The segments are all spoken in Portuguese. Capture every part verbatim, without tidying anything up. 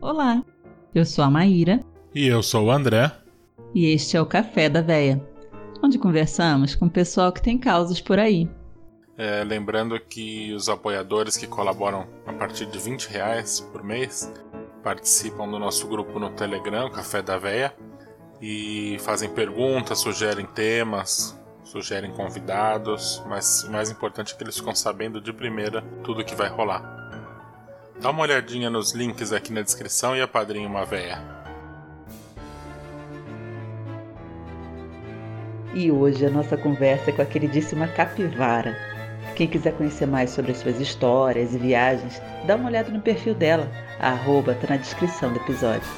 Olá, eu sou a Maíra E eu sou o André. e este é o Café da Véia, onde conversamos com o pessoal que tem causas por aí. É, lembrando que os apoiadores que colaboram a partir de vinte reais por mês participam do nosso grupo no Telegram, Café da Véia, e fazem perguntas, sugerem temas, sugerem convidados, mas o mais importante é que eles ficam sabendo de primeira tudo que vai rolar. Dá uma olhadinha nos links aqui na descrição e apadrinhe uma véia. E hoje a nossa conversa é com a queridíssima Capivara. Quem quiser conhecer mais sobre as suas histórias e viagens, dá uma olhada no perfil dela, a arroba tá na descrição do episódio.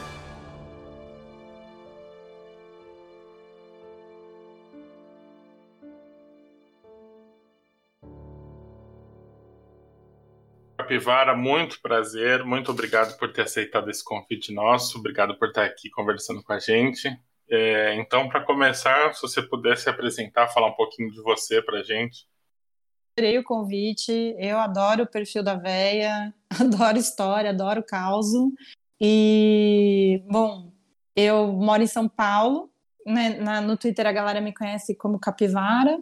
Capivara, muito prazer, muito obrigado por ter aceitado esse convite nosso, obrigado por estar aqui conversando com a gente. É, então, para começar, se você pudesse se apresentar, falar um pouquinho de você para a gente. Adorei o convite, eu adoro o perfil da véia, adoro história, adoro causo. E, bom, eu moro em São Paulo, né? Na, no Twitter a galera me conhece como Capivara.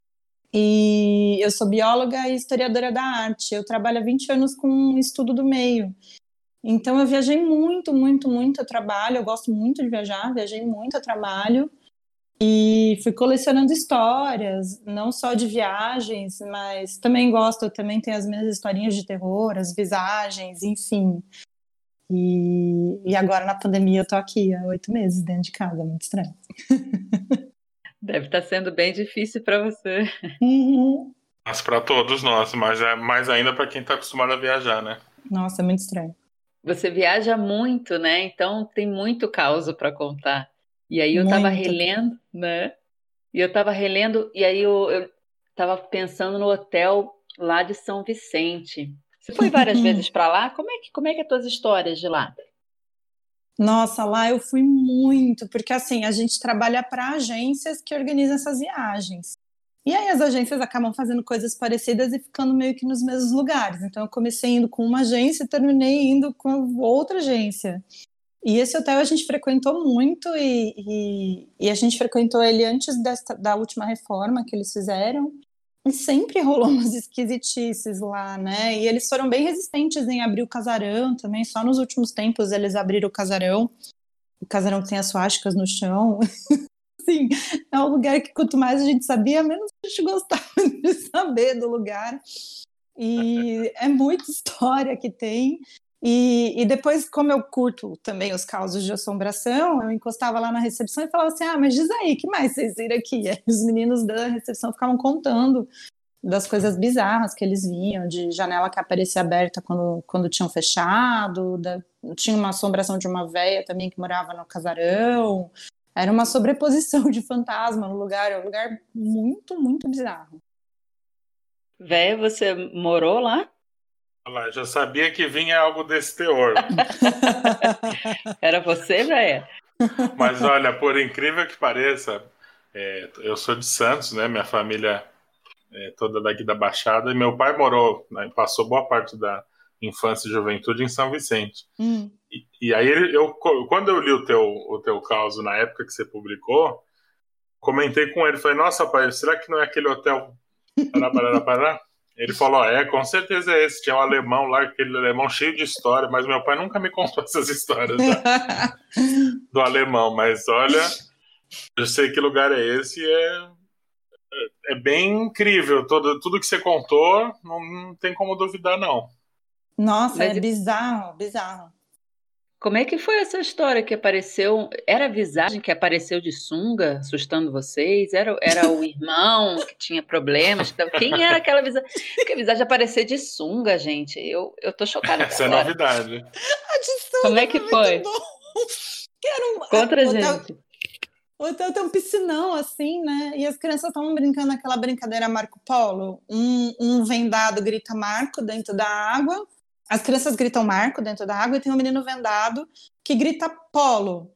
E eu sou bióloga e historiadora da arte. Eu trabalho há vinte anos com estudo do meio. Então eu viajei muito, muito, muito a trabalho. Eu gosto muito de viajar, viajei muito a trabalho. E fui colecionando histórias, não só de viagens, mas também gosto, eu também tenho as minhas historinhas de terror, as visagens, enfim. E, e agora na pandemia eu tô aqui há oito meses dentro de casa, muito estranho. Deve estar sendo bem difícil para você. Uhum. Mas para todos nós, mas é mais ainda para quem está acostumado a viajar, né? Nossa, é muito estranho. Você viaja muito, né? Então tem muito caos para contar. E aí eu tava Muito. relendo, né? E eu tava relendo, e aí eu, eu tava pensando no hotel lá de São Vicente. Você foi várias vezes para lá? Como é que, como é que é as tuas histórias de lá? Nossa, lá eu fui muito, porque assim, a gente trabalha para agências que organizam essas viagens. E aí as agências acabam fazendo coisas parecidas e ficando meio que nos mesmos lugares. Então eu comecei indo com uma agência e terminei indo com outra agência. E esse hotel a gente frequentou muito e, e, e a gente frequentou ele antes desta, da última reforma que eles fizeram. E sempre rolou umas esquisitices lá, né? E eles foram bem resistentes em abrir o casarão também. Só nos últimos tempos eles abriram o casarão. O casarão tem as suásticas no chão. Assim, é um lugar que quanto mais a gente sabia, menos a gente gostava de saber do lugar. E é muita história que tem. E, e depois, como eu curto também os causos de assombração, eu encostava lá na recepção e falava assim, ah, mas diz aí, que mais vocês viram aqui? E aí os meninos da recepção ficavam contando das coisas bizarras que eles viam, de janela que aparecia aberta quando, quando tinham fechado, da, tinha uma assombração de uma véia também que morava no casarão, era uma sobreposição de fantasma no lugar, é um lugar muito, muito bizarro. Véia, você morou lá? Olha lá, já sabia que vinha algo desse teor. Era você, véia? Mas olha, por incrível que pareça, é, eu sou de Santos, né? Minha família é toda daqui da Baixada. E meu pai morou, né, passou boa parte da infância e juventude em São Vicente. Hum. E, e aí, eu, quando eu li o teu, o teu caso na época que você publicou, comentei com ele, falei, nossa, pai, será que não é aquele hotel Pará, Pará, Pará? Ele falou, é, com certeza é esse. Tinha um alemão lá, aquele alemão cheio de história, mas meu pai nunca me contou essas histórias da, do alemão. Mas olha, eu sei que lugar é esse e é, é bem incrível. Tudo, tudo que você contou, não, não tem como duvidar, não. Nossa, Mas é e- bizarro, bizarro. Como é que foi essa história que apareceu? Era a visagem que apareceu de sunga, assustando vocês? Era, era o irmão que tinha problemas? que tava- Quem era aquela visagem? Porque a visagem aparecer de sunga, gente. Eu, eu tô chocada Essa é agora. novidade. A de Sunga Como é que foi foi? muito bom. Que era um, Conta a o hotel, gente. o hotel tem um piscinão, assim, né? E as crianças estavam brincando aquela brincadeira Marco Polo. Um, um vendado grita Marco dentro da água. As crianças gritam Marco dentro da água e tem um menino vendado que grita Polo.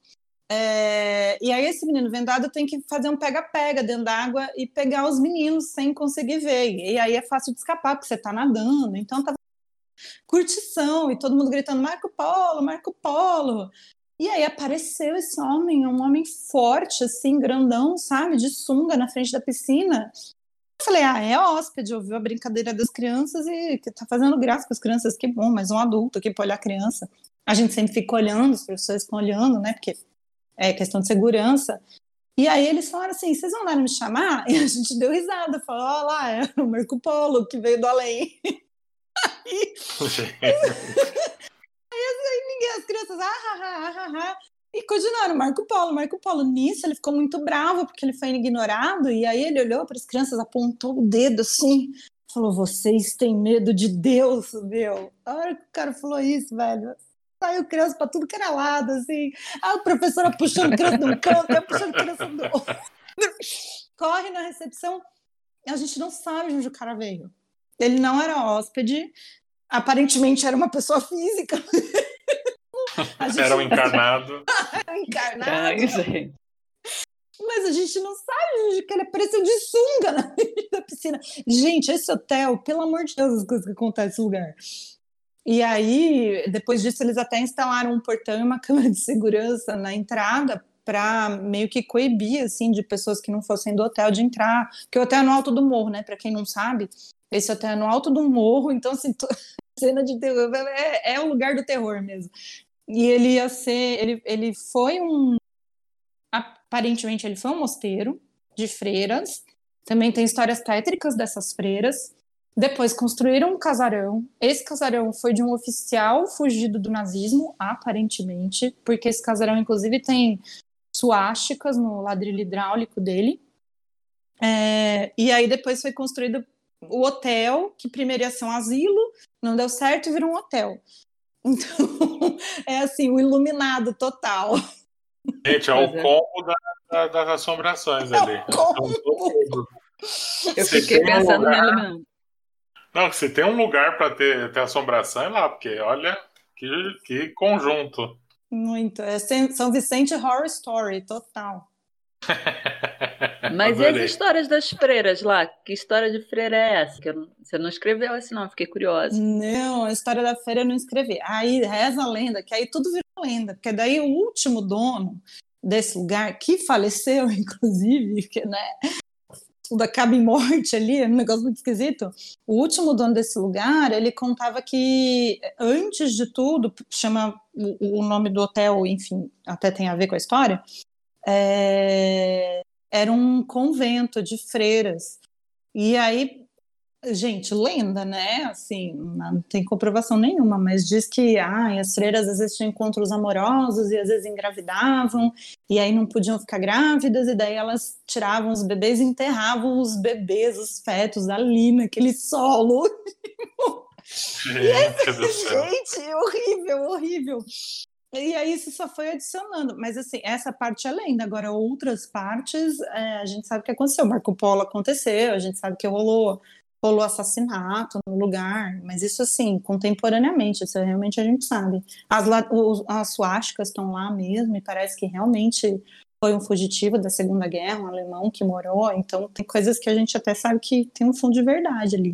É, e aí esse menino vendado tem que fazer um pega-pega dentro da água e pegar os meninos sem conseguir ver. E aí é fácil de escapar, porque você tá nadando. Então tava curtição, e todo mundo gritando Marco Polo, Marco Polo. E aí apareceu esse homem, um homem forte, assim, grandão, sabe, de sunga na frente da piscina. Eu falei, ah, é hóspede, ouviu a brincadeira das crianças e que tá fazendo graça com as crianças, que bom, mas um adulto aqui pra olhar a criança. A gente sempre fica olhando, os professores estão olhando, né, porque é questão de segurança. E aí eles falaram assim, vocês vão lá me chamar? E a gente deu risada, falou, ó lá, é o Marco Polo, que veio do além. Aí, aí ninguém, as crianças, ah, ah, ah, ah, ah, e continuaram, Marco Polo, Marco Polo. Nisso ele ficou muito bravo, porque ele foi ignorado, e aí ele olhou para as crianças, apontou o dedo assim, falou, vocês têm medo de Deus, meu. A hora que o cara falou isso, velho, saiu criança para tudo que era lado, assim, a professora puxando criança de um canto, eu puxando criança do outro. Corre na recepção, a gente não sabe de onde o cara veio. Ele não era hóspede, aparentemente era uma pessoa física. Gente... Era um encarnado. Era um encarnado. Ai, mas a gente não sabe que ele apareceu de sunga na frente da piscina. Gente, esse hotel, pelo amor de Deus, as coisas que acontecem nesse lugar. E aí, depois disso, eles até instalaram um portão e uma câmera de segurança na entrada para meio que coibir, assim, de pessoas que não fossem do hotel de entrar. Porque o hotel é no alto do morro, né? Para quem não sabe, esse hotel é no alto do morro, então, assim, to... cena de terror, é, é o lugar do terror mesmo. E ele ia ser, ele, ele foi um, aparentemente ele foi um mosteiro de freiras, também tem histórias tétricas dessas freiras. Depois construíram um casarão, esse casarão foi de um oficial fugido do nazismo, aparentemente, porque esse casarão inclusive tem suásticas no ladrilho hidráulico dele, é, e aí depois foi construído o hotel, que primeiro ia ser um asilo, não deu certo e virou um hotel. Então, é assim, o iluminado total. Gente, é o combo da, da, das assombrações é ali. Eu fiquei pensando um nele mesmo. Não, se tem um lugar para ter, ter assombração é lá, porque olha que, que conjunto. Muito. É São Vicente Horror Story, total. Mas e as histórias das freiras lá? Que história de freira é essa? Que não, você não escreveu essa, não, fiquei curiosa. Não, a história da freira eu não escrevi. Aí reza a lenda, que aí tudo virou lenda, porque daí o último dono desse lugar, que faleceu, inclusive, que, né, tudo acaba em morte ali, é um negócio muito esquisito. O último dono desse lugar, ele contava que, antes de tudo, chama o, o nome do hotel, enfim, até tem a ver com a história, É, era um convento de freiras. E aí, gente, lenda, né? Assim, não tem comprovação nenhuma, mas diz que ah, as freiras às vezes tinham encontros amorosos e às vezes engravidavam, e aí não podiam ficar grávidas, e daí elas tiravam os bebês e enterravam os bebês, os fetos ali naquele solo. Gente, aí, do céu. Gente, horrível, horrível. E aí isso só foi adicionando, mas assim, essa parte é lenda, agora outras partes, é, a gente sabe o que aconteceu, Marco Polo aconteceu, a gente sabe que rolou, rolou assassinato no lugar, mas isso assim, contemporaneamente, isso realmente a gente sabe. As, os, as suásticas estão lá mesmo, e parece que realmente foi um fugitivo da Segunda Guerra, um alemão que morou, então tem coisas que a gente até sabe que tem um fundo de verdade ali.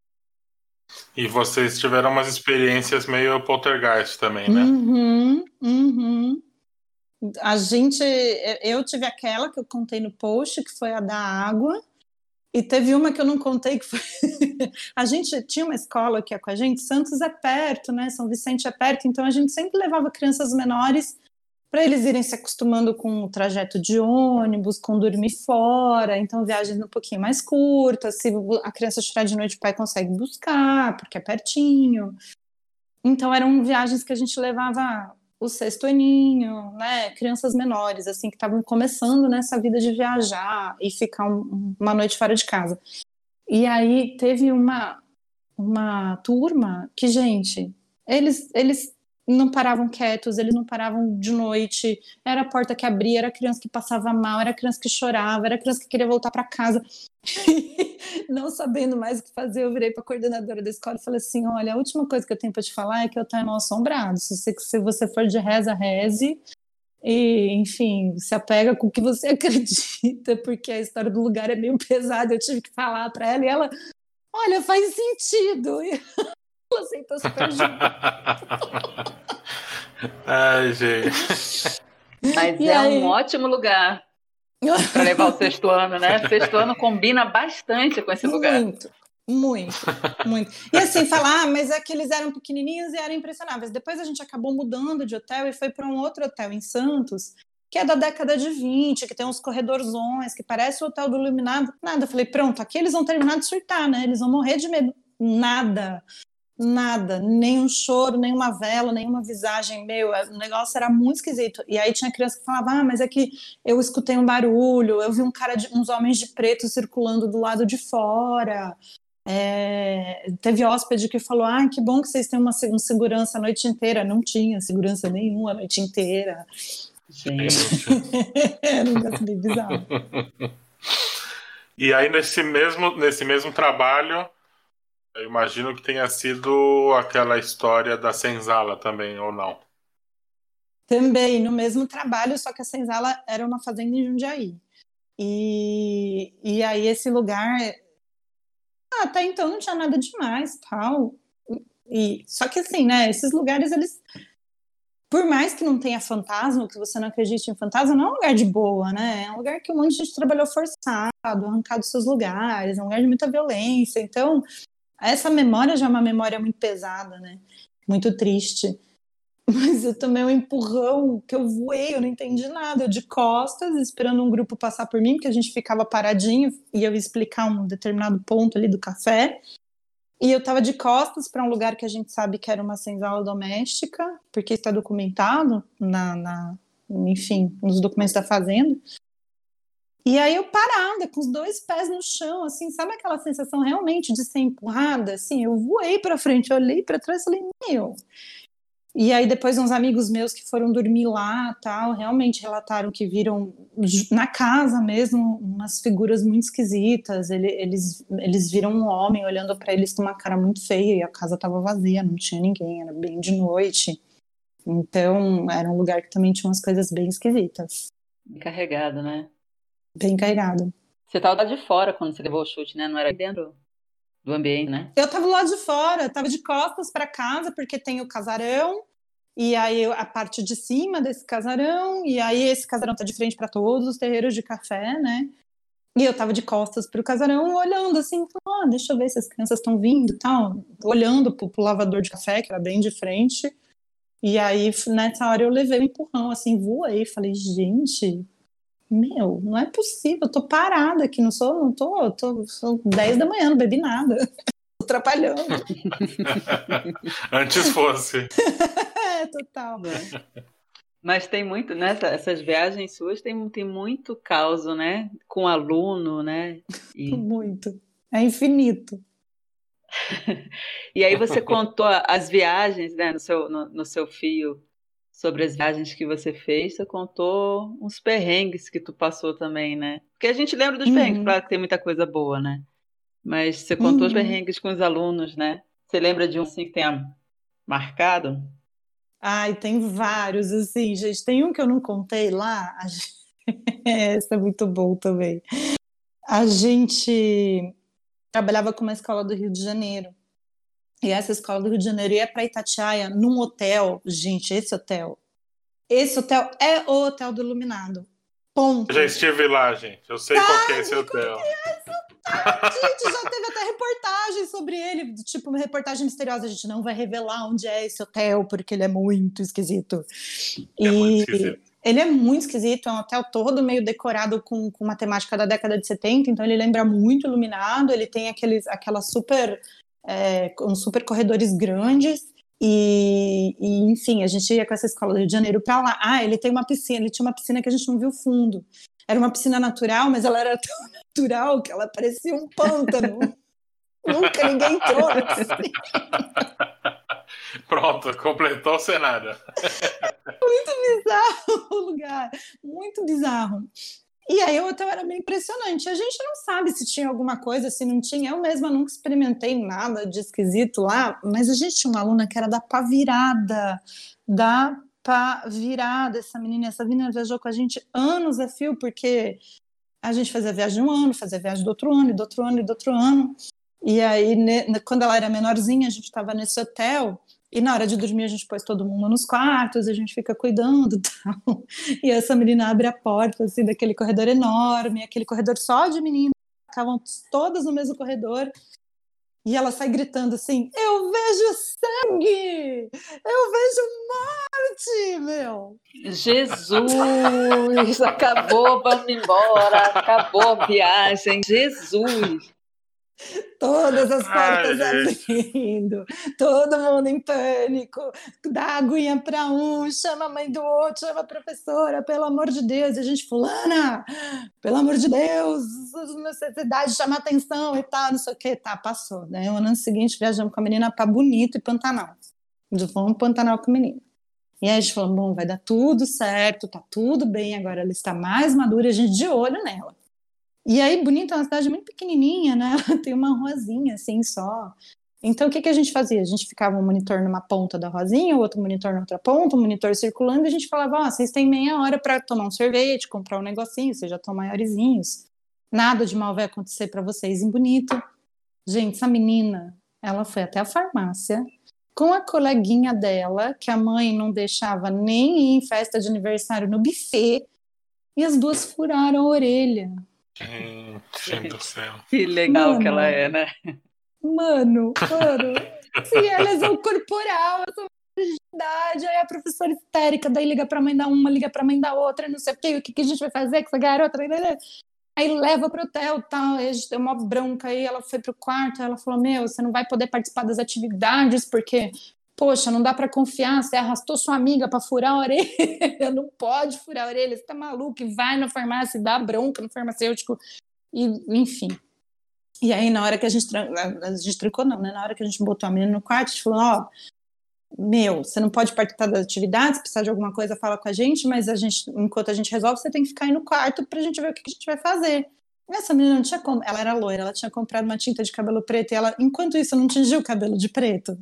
E vocês tiveram umas experiências meio poltergeist também, né? Uhum, uhum. A gente, eu tive aquela que eu contei no post, que foi a da água, e teve uma que eu não contei, que foi... a gente tinha uma escola que é com a gente, Santos é perto, né? São Vicente é perto, então a gente sempre levava crianças menores para eles irem se acostumando com o trajeto de ônibus, com dormir fora, então viagens um pouquinho mais curtas, se a criança chorar de noite o pai consegue buscar, porque é pertinho. Então eram viagens que a gente levava o sexto aninho, né, crianças menores, assim, que estavam começando nessa vida de viajar e ficar um, uma noite fora de casa. E aí teve uma, uma turma que, gente, eles... eles não paravam quietos, eles não paravam de noite, era a porta que abria, era a criança que passava mal, era a criança que chorava, era a criança que queria voltar para casa. Não sabendo mais o que fazer, eu virei para a coordenadora da escola e falei assim, olha, a última coisa que eu tenho para te falar é que eu estou mal assombrado, se você, se você for de reza, reze, e enfim, se apega com o que você acredita, porque a história do lugar é meio pesada, eu tive que falar para ela, e ela, olha, faz sentido. Ela aceitou super junto. Ai, gente. Mas E é aí? um ótimo lugar para levar o sexto ano, né? Sexto ano combina bastante com esse lugar. Muito, muito, muito. E assim, falar, ah, mas é que eles eram pequenininhos e eram impressionáveis. Depois a gente acabou mudando de hotel e foi para um outro hotel em Santos, que é da década de vinte, que tem uns corredorzões, que parece o Hotel do Iluminado. Nada, eu falei, pronto, aqui eles vão terminar de surtar, né? Eles vão morrer de medo. Nada, nada, nem um choro, nem uma vela, nenhuma visagem, meu, o negócio era muito esquisito. E aí tinha criança que falava, ah, mas é que eu escutei um barulho, eu vi um cara de, uns homens de preto circulando do lado de fora. É, teve hóspede que falou, ah, que bom que vocês têm uma, um segurança a noite inteira. Não tinha segurança nenhuma a noite inteira. Gente. Era um negócio bem bizarro. E aí, nesse mesmo, nesse mesmo trabalho, eu imagino que tenha sido aquela história da senzala também, ou não? Também, no mesmo trabalho, só que a senzala era uma fazenda em Jundiaí. E, e aí esse lugar, ah, até então não tinha nada demais, tal. E, só que assim, né, esses lugares, eles, por mais que não tenha fantasma, que você não acredite em fantasma, não é um lugar de boa, né? É um lugar que um monte de gente trabalhou forçado, arrancado dos seus lugares, é um lugar de muita violência. Então, essa memória já é uma memória muito pesada, né? Muito triste. Mas eu tomei um empurrão que eu voei, eu não entendi nada. Eu de costas, esperando um grupo passar por mim, porque a gente ficava paradinho e eu ia explicar um determinado ponto ali do café. E eu estava de costas para um lugar que a gente sabe que era uma senzala doméstica, porque está documentado, na, na, enfim, nos documentos da fazenda. E aí eu parada, com os dois pés no chão, assim, sabe aquela sensação realmente de ser empurrada? Assim, eu voei para frente, eu olhei para trás e falei, meu... E aí depois uns amigos meus que foram dormir lá, tal, realmente relataram que viram na casa mesmo umas figuras muito esquisitas. Ele, eles, eles viram um homem olhando para eles com uma cara muito feia e a casa estava vazia, não tinha ninguém, era bem de noite. Então era um lugar que também tinha umas coisas bem esquisitas. Carregado, né? Bem carregado. Você estava lá de fora quando você levou o chute, né? Não era dentro do ambiente, né? Eu tava lá de fora, tava de costas para casa, porque tem o casarão, e aí a parte de cima desse casarão, e aí esse casarão tá de frente para todos os terreiros de café, né? E eu tava de costas pro casarão, olhando assim, ah, deixa eu ver se as crianças estão vindo e tal, olhando pro, pro lavador de café, que era bem de frente. E aí, nessa hora, eu levei um empurrão, assim, voei, falei, gente... Meu, não é possível, eu tô parada aqui, não sou, não tô, eu tô, são dez da manhã, não bebi nada, tô atrapalhando. Antes fosse. É, total. É. Mas tem muito, né, essas viagens suas tem, tem muito caos, né, com aluno, né? E... Muito, é infinito. E aí você contou as viagens, né, no seu, no, no seu fio, sobre as viagens que você fez, você contou uns perrengues que tu passou também, né? Porque a gente lembra dos uhum. perrengues, claro que tem muita coisa boa, né? Mas você contou uhum. os perrengues com os alunos, né? Você lembra de um assim que tenha marcado? Ai, tem vários, assim, gente. Tem um que eu não contei lá. A gente... Esse é muito bom também. A gente trabalhava com uma escola do Rio de Janeiro. E essa escola do Rio de Janeiro ia para Itatiaia num hotel. Gente, esse hotel. Esse hotel é o Hotel do Iluminado. Ponto. Eu já estive lá, gente. Eu sei Sabe, qual que é esse hotel. Que é esse hotel? Gente, já teve até reportagem sobre ele. Tipo, uma reportagem misteriosa. A gente não vai revelar onde é esse hotel, porque ele é muito esquisito. É e muito esquisito. Ele é muito esquisito. É um hotel todo meio decorado com, com uma temática da década de setenta. Então, ele lembra muito Iluminado. Ele tem aqueles, aquela super... É, uns super corredores grandes e, e, enfim, a gente ia com essa escola do Rio de Janeiro pra lá. Ah, ele tem uma piscina, ele tinha uma piscina que a gente não viu o fundo. Era uma piscina natural, mas ela era tão natural que ela parecia um pântano. Nunca ninguém entrou na piscina. Pronto, completou o cenário. Muito bizarro o lugar, muito bizarro. E aí o hotel era bem impressionante. A gente não sabe se tinha alguma coisa, se não tinha. Eu mesma nunca experimentei nada de esquisito lá, mas a gente tinha uma aluna que era da pá virada, da pá virada. Essa menina, essa menina viajou com a gente anos a fio, porque a gente fazia viagem de um ano, fazia viagem do outro ano, e do outro ano, e do outro ano. E aí, ne, quando ela era menorzinha, a gente estava nesse hotel, e na hora de dormir a gente pôs todo mundo nos quartos, a gente fica cuidando e tal. E essa menina abre a porta, assim, daquele corredor enorme, aquele corredor só de meninas, ficavam todas no mesmo corredor, e ela sai gritando assim, eu vejo sangue! Eu vejo morte, meu! Jesus! Acabou, vamos embora! Acabou a viagem! Jesus! Todas as portas Ai, gente. abrindo, todo mundo em pânico, dá aguinha para um, chama a mãe do outro, chama a professora, pelo amor de Deus, e a gente, fulana, pelo amor de Deus, necessidade de chamar atenção e tal, não sei o que, tá, passou, né? O ano seguinte viajamos com a menina para Bonito e Pantanal, vamos Pantanal com a menina. E aí a gente falou, bom, vai dar tudo certo, tá tudo bem, agora ela está mais madura, e a gente de olho nela. E aí, Bonito é uma cidade muito pequenininha, né? Tem uma ruazinha, assim, só. Então, o que, que a gente fazia? A gente ficava um monitor numa ponta da ruazinha, o outro monitor na outra ponta, um monitor circulando, e a gente falava, ó, oh, vocês têm meia hora para tomar um sorvete, comprar um negocinho, vocês já estão maiorzinhos. Nada de mal vai acontecer para vocês em Bonito. Gente, essa menina, ela foi até a farmácia com a coleguinha dela, que a mãe não deixava nem ir em festa de aniversário no buffet, e as duas furaram a orelha. Gente do céu. Que legal Mano, que ela é, né? Mano, mano. Sim, é lesão corporal, essa fragilidade. Aí a professora histérica, daí liga pra mãe da uma, liga pra mãe da outra, não sei o que, o que, que a gente vai fazer com essa garota? Aí leva pro hotel, tal, aí a gente deu uma bronca, aí ela foi pro quarto, aí ela falou, meu, você não vai poder participar das atividades, porque, poxa, não dá pra confiar, você arrastou sua amiga pra furar a orelha, não pode furar a orelha, você tá maluco, e vai na farmácia e dá bronca no farmacêutico, e, enfim. E aí, na hora que a gente, a gente trancou, não, né, na hora que a gente botou a menina no quarto, a gente falou, ó, meu, você não pode participar das atividades, se precisar de alguma coisa, fala com a gente, mas a gente, enquanto a gente resolve, você tem que ficar aí no quarto pra gente ver o que a gente vai fazer. Essa menina não tinha como, ela era loira, ela tinha comprado uma tinta de cabelo preto e ela, enquanto isso, não tingiu o cabelo de preto.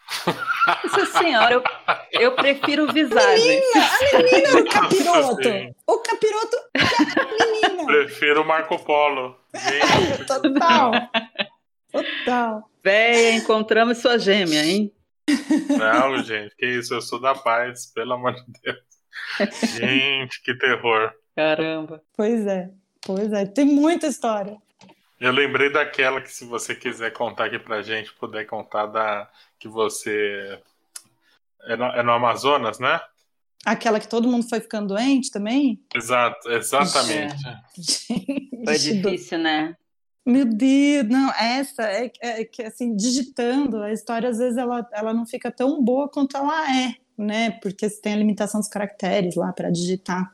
Nossa senhora, eu, eu prefiro visagem. Menina, a menina, o capiroto. Assim. O capiroto era a menina. Prefiro o Marco Polo. Gente. Total. Total. Véia, encontramos sua gêmea, hein? Não, gente, que isso, eu sou da paz, pelo amor de Deus. Gente, que terror. Caramba. Pois é, pois é, tem muita história. Eu lembrei daquela que, se você quiser contar aqui pra gente, puder contar da que você é no, é no Amazonas, né? Aquela que todo mundo foi ficando doente também? Exato, exatamente. Gente, foi difícil, né? Meu Deus, não, essa é, é que, assim, digitando, a história às vezes ela, ela não fica tão boa quanto ela é, né? Porque você tem a limitação dos caracteres lá para digitar.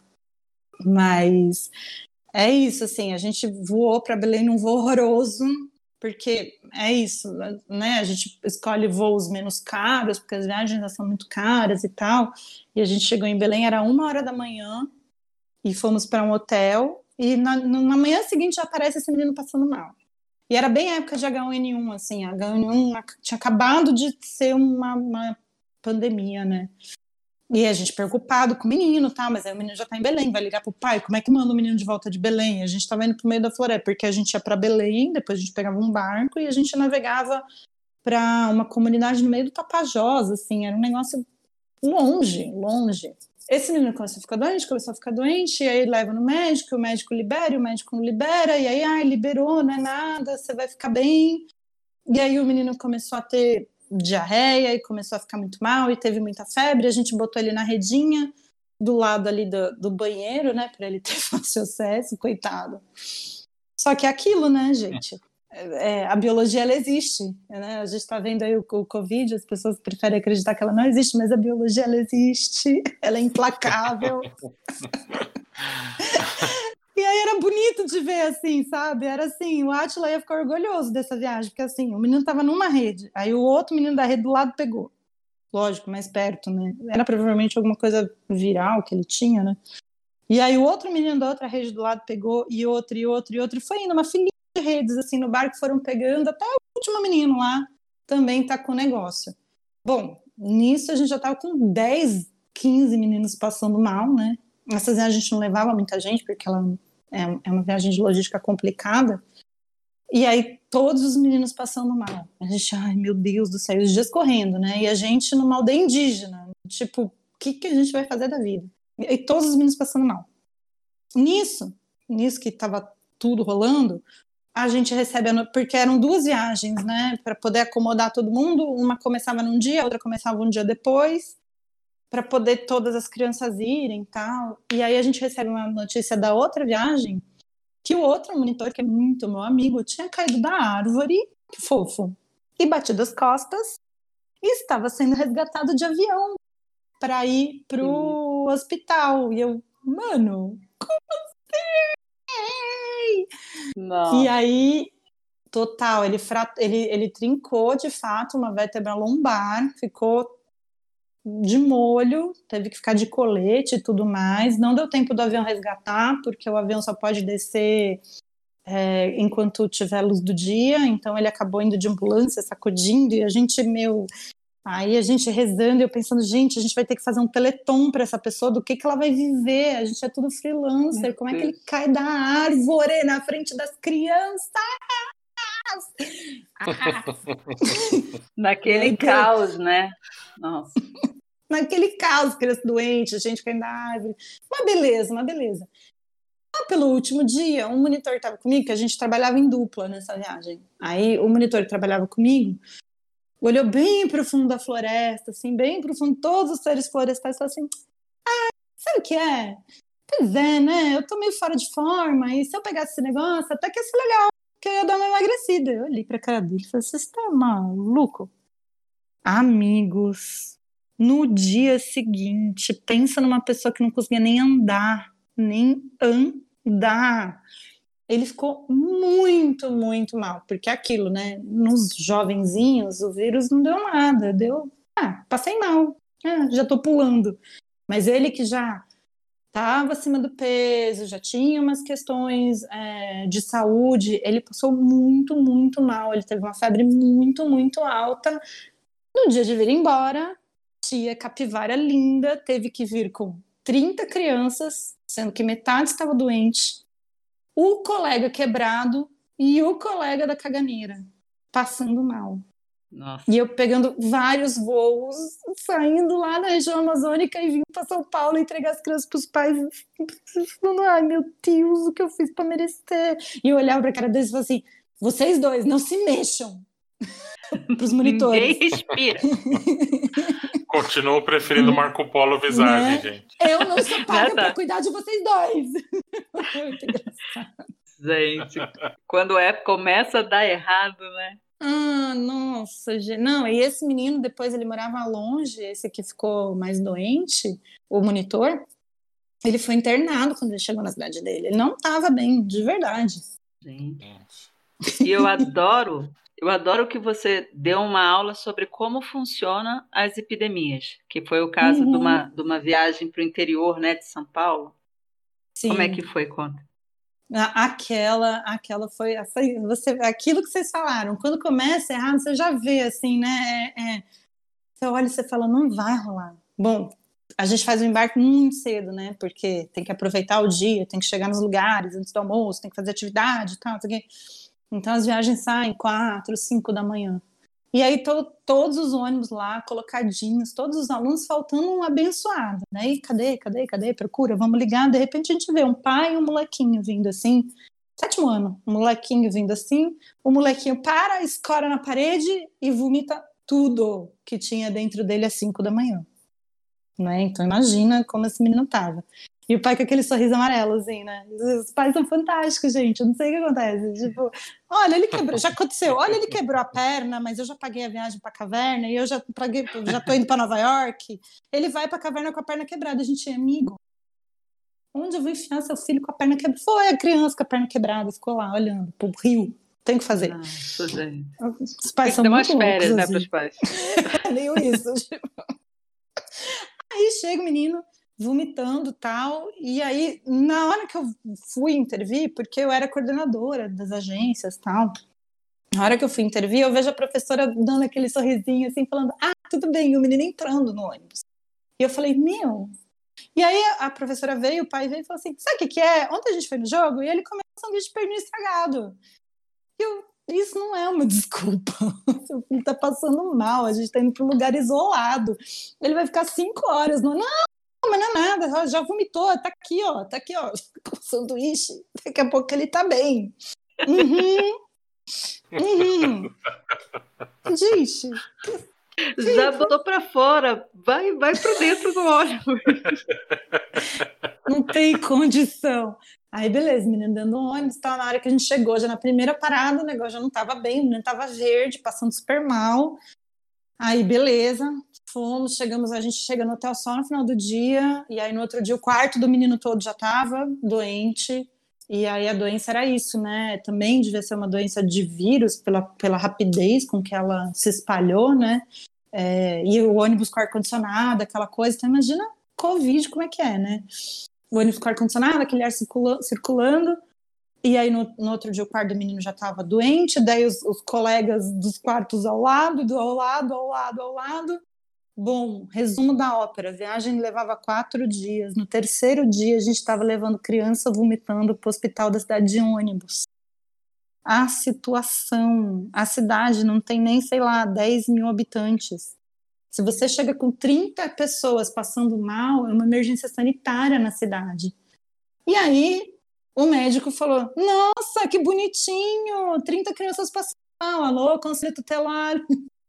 Mas é isso, assim, a gente voou para Belém num voo horroroso, porque é isso, né? A gente escolhe voos menos caros, porque as viagens já são muito caras e tal. E a gente chegou em Belém, era uma hora da manhã, e fomos para um hotel. E na, na manhã seguinte já aparece esse menino passando mal. E era bem a época de H um N um, assim, H um N um tinha acabado de ser uma, uma pandemia, né? E a gente preocupado com o menino, tá? Mas aí o menino já tá em Belém, vai ligar pro pai, como é que manda o menino de volta de Belém? A gente tava indo pro meio da floresta, porque a gente ia para Belém, depois a gente pegava um barco e a gente navegava para uma comunidade no meio do Tapajós, assim, era um negócio longe, longe. Esse menino começou a ficar doente, começou a ficar doente, e aí leva no médico, o médico libera, e o médico não libera, e aí, ai, liberou, não é nada, você vai ficar bem. E aí o menino começou a ter diarreia, e começou a ficar muito mal, e teve muita febre, a gente botou ele na redinha, do lado ali do, do banheiro, né, para ele ter fácil acesso, coitado. Só que é aquilo, né, gente? É, a biologia, ela existe, né? A gente está vendo aí o, o Covid, as pessoas preferem acreditar que ela não existe, mas a biologia, ela existe, ela é implacável. E aí era bonito de ver, assim, sabe? Era assim, o Átila ia ficar orgulhoso dessa viagem, porque assim, o menino estava numa rede, aí o outro menino da rede do lado pegou. Lógico, mais perto, né? Era provavelmente alguma coisa viral que ele tinha, né? E aí o outro menino da outra rede do lado pegou, e outro, e outro, e outro, e foi indo, uma filinha de redes, assim, no barco, foram pegando, até o último menino lá também tá com o negócio. Bom, nisso a gente já tava com dez, quinze meninos passando mal, né? Essa viagem a gente não levava muita gente, porque ela é, é uma viagem de logística complicada, E aí todos os meninos passando mal. A gente, ai meu Deus do céu, os dias correndo, né? E a gente numa aldeia indígena, tipo, o que, que a gente vai fazer da vida? E todos os meninos passando mal. Nisso, nisso que tava tudo rolando, a gente recebe, a... porque eram duas viagens, né? Para poder acomodar todo mundo, uma começava num dia, a outra começava um dia depois, para poder todas as crianças irem e tal. E aí a gente recebe uma notícia da outra viagem, que o outro monitor, que é muito meu amigo, tinha caído da árvore, que fofo, e batido as costas, e estava sendo resgatado de avião para ir pro Sim. hospital. E eu, mano, como assim? Não. E aí, total, ele, frat... ele, ele trincou de fato uma vértebra lombar, ficou de molho, teve que ficar de colete e tudo mais. Não deu tempo do avião resgatar, porque o avião só pode descer é, enquanto tiver luz do dia, então ele acabou indo de ambulância, sacudindo, e a gente, meu... Aí a gente rezando e eu pensando, gente, a gente vai ter que fazer um teleton para essa pessoa, do que, que ela vai viver? A gente é tudo freelancer, como é que ele cai da árvore na frente das crianças? Naquele aí, caos, né? Nossa. Naquele caos, criança doente, a gente caindo da árvore. Uma beleza, uma beleza. Ah, pelo último dia, um monitor estava comigo, que a gente trabalhava em dupla nessa viagem. Aí o monitor que trabalhava comigo olhou bem para o fundo da floresta, assim, bem para o fundo, todos os seres florestais, e falou assim, ah, sabe o que é? Pois é, né, eu tô meio fora de forma, e se eu pegasse esse negócio, até que ia ser legal, porque eu ia dar uma emagrecida. Eu olhei pra cara dele e falei, você está maluco? Amigos, no dia seguinte, pensa numa pessoa que não conseguia nem andar, nem andar. Ele ficou muito, muito mal, porque é aquilo, né? Nos jovenzinhos, o vírus não deu nada, deu, ah, passei mal, ah, já tô pulando. Mas ele que já estava acima do peso, já tinha umas questões é, de saúde, ele passou muito, muito mal, ele teve uma febre muito, muito alta. No dia de vir embora, tia capivara linda teve que vir com trinta crianças, sendo que metade estava doente, o colega quebrado e o colega da caganeira passando mal. Nossa. E eu pegando vários voos, saindo lá na região amazônica e vindo para São Paulo entregar as crianças para os pais, falando, ai meu Deus, o que eu fiz para merecer? E eu olhava para a cara deles e falava assim, vocês dois não se mexam. Para os monitores. Ninguém respira. Continuo preferindo Marco Polo Visagem, né? gente. Eu não sou paga para cuidar de vocês dois. Muito engraçado. Gente, quando é, começa a dar errado, né? Ah, nossa, gente. Não, e esse menino, depois ele morava longe, esse que ficou mais doente, o monitor, ele foi internado quando ele chegou na cidade dele. Ele não estava bem, de verdade. Gente. E eu adoro, eu adoro que você deu uma aula sobre como funciona as epidemias, que foi o caso uhum. de, uma, de uma viagem para o interior, né, de São Paulo. Sim. Como é que foi, conta? Aquela, aquela foi, foi você, aquilo que vocês falaram. Quando começa errado, você já vê assim, né? É, é, você olha e você fala, não vai rolar. Bom, a gente faz o embarque muito cedo, né? Porque tem que aproveitar o dia, tem que chegar nos lugares antes do almoço, tem que fazer atividade e tal, não sei o quê. Então as viagens saem quatro, cinco da manhã. E aí to, todos os ônibus lá colocadinhos, todos os alunos faltando um abençoado, né? E cadê, cadê, cadê? Procura, vamos ligar. De repente a gente vê um pai e um molequinho vindo assim, sétimo ano, um molequinho vindo assim, o molequinho para, escora na parede e vomita tudo que tinha dentro dele às cinco da manhã. Né? Então imagina como esse menino tava. E o pai com aquele sorriso amarelo, assim, né? Os pais são fantásticos, gente. Eu não sei o que acontece. Tipo, olha, ele quebrou, já aconteceu. Olha, ele quebrou a perna, mas eu já paguei a viagem pra caverna e eu já, paguei, já tô indo pra Nova York. Ele vai pra caverna com a perna quebrada. A gente é amigo. Onde eu vou enfiar seu filho com a perna quebrada? Foi a criança com a perna quebrada, ficou lá olhando pro rio. Tem que fazer. Nossa, gente. Os pais são muito umas férias, loucos, né, assim. pros pais. É meio isso. Tipo. Aí chega o menino vomitando e tal, e aí na hora que eu fui intervir, porque eu era coordenadora das agências e tal, na hora que eu fui intervir, eu vejo a professora dando aquele sorrisinho assim, falando, ah, tudo bem, e o menino entrando no ônibus. E eu falei, meu... E aí a professora veio, o pai veio e falou assim, sabe o que que é? Ontem a gente foi no jogo e ele comeu um sanduíche de pernil estragado. Eu, isso não é uma desculpa. Seu filho tá passando mal, a gente tá indo para um lugar isolado. Ele vai ficar cinco horas. Não, não, mas não é nada, já vomitou, tá aqui, ó, tá aqui, ó, com o sanduíche. Daqui a pouco ele tá bem. Uhum. Uhum. Gente, já botou pra fora, vai, vai pra dentro do ônibus. Não tem condição. Aí, beleza, o menino dando um ônibus, tá, na hora que a gente chegou, já na primeira parada, o negócio já não tava bem, o menino tava verde, passando super mal. Aí, beleza, fomos, chegamos, a gente chega no hotel só no final do dia, e aí no outro dia o quarto do menino todo já tava doente, e aí a doença era isso, né? Também devia ser uma doença de vírus, pela, pela rapidez com que ela se espalhou, né? É, e o ônibus com ar-condicionado, aquela coisa, então imagina Covid, como é que é, né? O ônibus com ar-condicionado, aquele ar circula, circulando, e aí no, no outro dia o quarto do menino já estava doente, daí os, os colegas dos quartos ao lado, do ao lado, ao lado, ao lado. Bom, resumo da ópera, a viagem levava quatro dias, no terceiro dia a gente estava levando criança vomitando para o hospital da cidade de ônibus. A situação, a cidade não tem nem, sei lá, dez mil habitantes. Se você chega com trinta pessoas passando mal, é uma emergência sanitária na cidade. E aí, o médico falou, nossa, que bonitinho, trinta crianças passando mal, alô, conselho tutelar.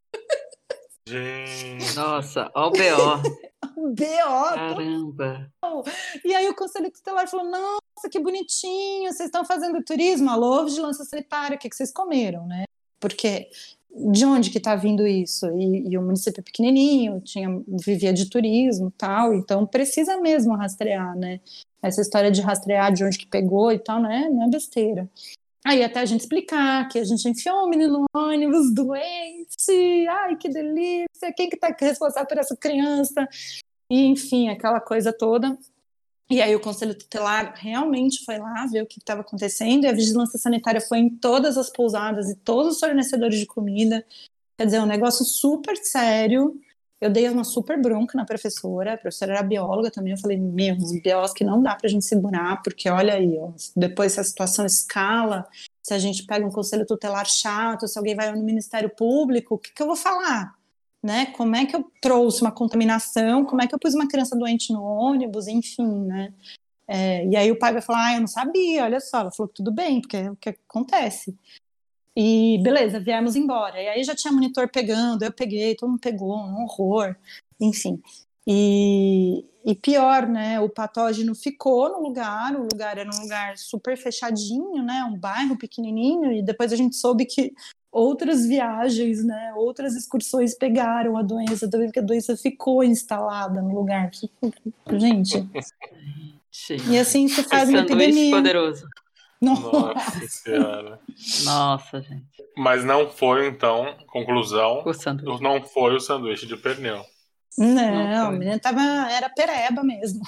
Gente. Nossa, ó o B O. B O. Caramba. E aí o conselho tutelar falou, nossa, que bonitinho, vocês estão fazendo turismo, alô, vigilância sanitária, o que, que vocês comeram, né? Porque de onde que está vindo isso? E, e o município é pequenininho, tinha, vivia de turismo e tal, então precisa mesmo rastrear, né? Essa história de rastrear de onde que pegou e tal, né? Não é besteira. Aí até a gente explicar que a gente enfiou o menino no ônibus doente, ai que delícia, quem que tá responsável por essa criança? E enfim, aquela coisa toda. E aí o Conselho Tutelar realmente foi lá ver o que estava acontecendo, e a vigilância sanitária foi em todas as pousadas e todos os fornecedores de comida. Quer dizer, um negócio super sério. Eu dei uma super bronca na professora, a professora era bióloga também, eu falei, meu, os biólogos que não dá pra gente segurar, porque olha aí, ó, depois se a situação escala, se a gente pega um conselho tutelar chato, se alguém vai no Ministério Público, o que, que eu vou falar? Né? Como é que eu trouxe uma contaminação, como é que eu pus uma criança doente no ônibus, enfim, né? É, e aí o pai vai falar, ah, eu não sabia, olha só, ela falou que tudo bem, porque é o que acontece. E beleza, viemos embora. E aí já tinha monitor pegando, eu peguei, todo mundo pegou, um horror, enfim. E, e pior, né, o patógeno ficou no lugar, o lugar era um lugar super fechadinho, né, um bairro pequenininho, e depois a gente soube que outras viagens, né, outras excursões pegaram a doença, também porque a doença ficou instalada no lugar. Gente, Sim. e assim se faz uma Sanduíche epidemia. Poderoso. Nossa. Nossa Senhora. Nossa, gente. Mas não foi, então, conclusão, O sanduíche. não foi o sanduíche de pernil. Não, Não a menina tava, era pereba mesmo.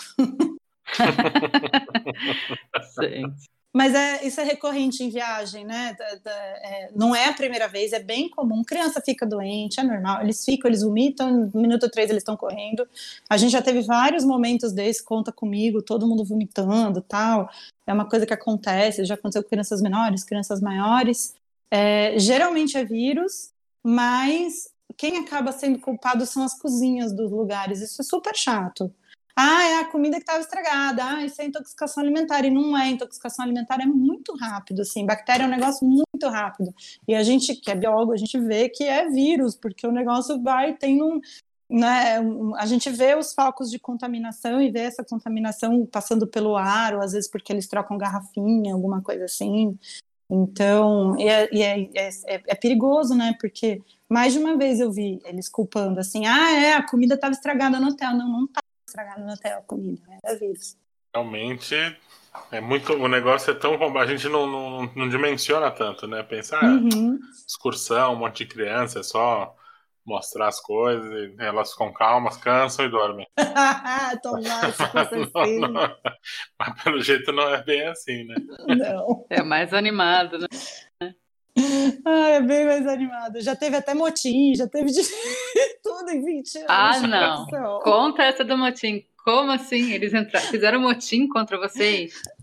Gente. Mas é, isso é recorrente em viagem, né? Da, da, é, não é a primeira vez, é bem comum. Criança fica doente, é normal. Eles ficam, eles vomitam, no minuto três eles estão correndo. A gente já teve vários momentos desses, conta comigo, todo mundo vomitando, tal. É uma coisa que acontece, já aconteceu com crianças menores, crianças maiores. É, geralmente é vírus, mas quem acaba sendo culpado são as cozinhas dos lugares. Isso é super chato. Ah, é a comida que estava estragada, ah, isso é intoxicação alimentar, e não é, intoxicação alimentar é muito rápido, assim, bactéria é um negócio muito rápido, e a gente, que é biólogo, a gente vê que é vírus, porque o negócio vai, tem um, né, um, a gente vê os focos de contaminação e vê essa contaminação passando pelo ar, ou às vezes porque eles trocam garrafinha, alguma coisa assim, então, e é, e é, é, é, é perigoso, né, porque mais de uma vez eu vi eles culpando, assim, ah, é, a comida estava estragada no hotel, não, não tá estragado no hotel a comida, era vírus. Realmente, é muito, o negócio é tão... A gente não, não, não dimensiona tanto, né? Pensar, Uhum. excursão, um monte de criança, é só mostrar as coisas, e elas ficam calmas, cansam e dormem. Tomara, se fosse assim. Não, não, mas pelo jeito não é bem assim, né? Não. É mais animado, né? Ah, é bem mais animado. Já teve até motim, já teve de tudo em vinte anos. Ah, não. Conta essa do motim. Como assim? Eles entraram, fizeram motim contra vocês?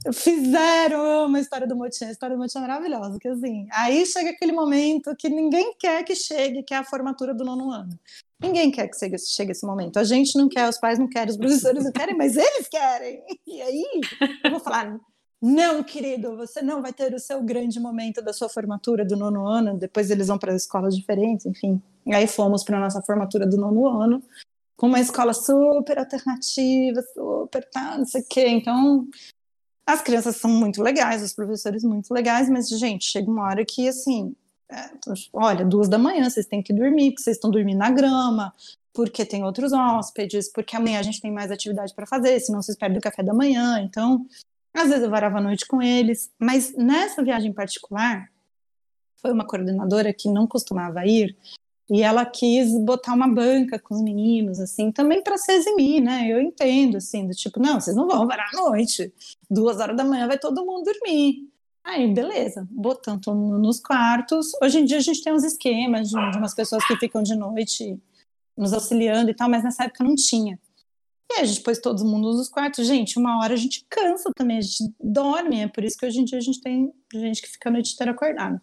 Fizeram, eu amo a história do motim, a história do motim é maravilhosa, porque assim, aí chega aquele momento que ninguém quer que chegue, que é a formatura do nono ano. Ninguém quer que chegue, chegue esse momento. A gente não quer, os pais não querem, os professores não querem, mas eles querem. E aí, eu vou falar, não, querido, você não vai ter o seu grande momento da sua formatura do nono ano, depois eles vão para escolas diferentes, enfim. E aí fomos para a nossa formatura do nono ano, com uma escola super alternativa, super tá, não sei o quê, então... As crianças são muito legais, os professores muito legais, mas, gente, chega uma hora que, assim, é, olha, duas da manhã, vocês têm que dormir, porque vocês estão dormindo na grama, porque tem outros hóspedes, porque amanhã a gente tem mais atividade para fazer, senão vocês perdem o café da manhã. Então, às vezes eu varava a noite com eles, mas nessa viagem particular, foi uma coordenadora que não costumava ir, e ela quis botar uma banca com os meninos, assim, também para se eximir, né? Eu entendo, assim, do tipo, não, vocês não vão varar à noite. Duas horas da manhã vai todo mundo dormir. Aí, beleza, botando todo mundo nos quartos. Hoje em dia a gente tem uns esquemas de, de umas pessoas que ficam de noite nos auxiliando e tal, mas nessa época não tinha. E aí a gente pôs todo mundo nos quartos. Gente, uma hora a gente cansa também, a gente dorme. É por isso que hoje em dia a gente tem gente que fica a noite inteira acordada.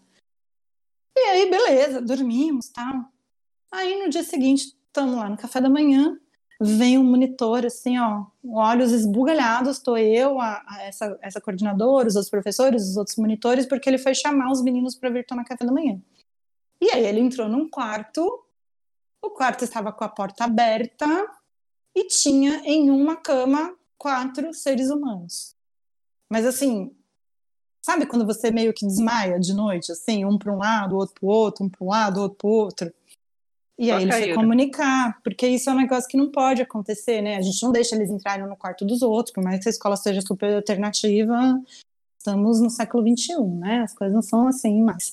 E aí, beleza, dormimos e tal. Aí, no dia seguinte, estamos lá no café da manhã, vem um monitor, assim, ó, olhos esbugalhados, estou eu, a, a essa, essa coordenadora, os outros professores, os outros monitores, porque ele foi chamar os meninos para vir tomar café da manhã. E aí ele entrou num quarto, o quarto estava com a porta aberta e tinha em uma cama quatro seres humanos. Mas assim, sabe quando você meio que desmaia de noite, assim, um para um lado, outro para o outro, um para um lado, outro para o outro? E aí ele foi comunicar, porque isso é um negócio que não pode acontecer, né? A gente não deixa eles entrarem no quarto dos outros, por mais que a escola seja super alternativa, estamos no século vinte e um, né? As coisas não são assim mais.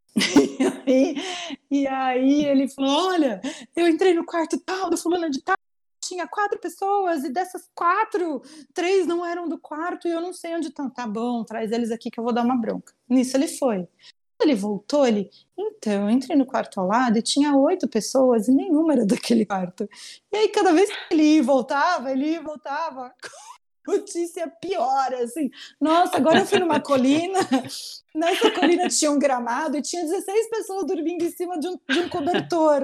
E aí, e aí ele falou, olha, eu entrei no quarto tal, do fulano de tal, tinha quatro pessoas, e dessas quatro, três não eram do quarto, e eu não sei onde estão. Tá bom, traz eles aqui que eu vou dar uma bronca. Nisso ele foi. Ele voltou, ele, então, eu entrei no quarto ao lado e tinha oito pessoas e nenhuma era daquele quarto. E aí, cada vez que ele ia e voltava, ele ia e voltava, notícia pior, assim. Nossa, agora eu fui numa colina, nessa colina tinha um gramado e tinha dezesseis pessoas dormindo em cima de um, de um cobertor.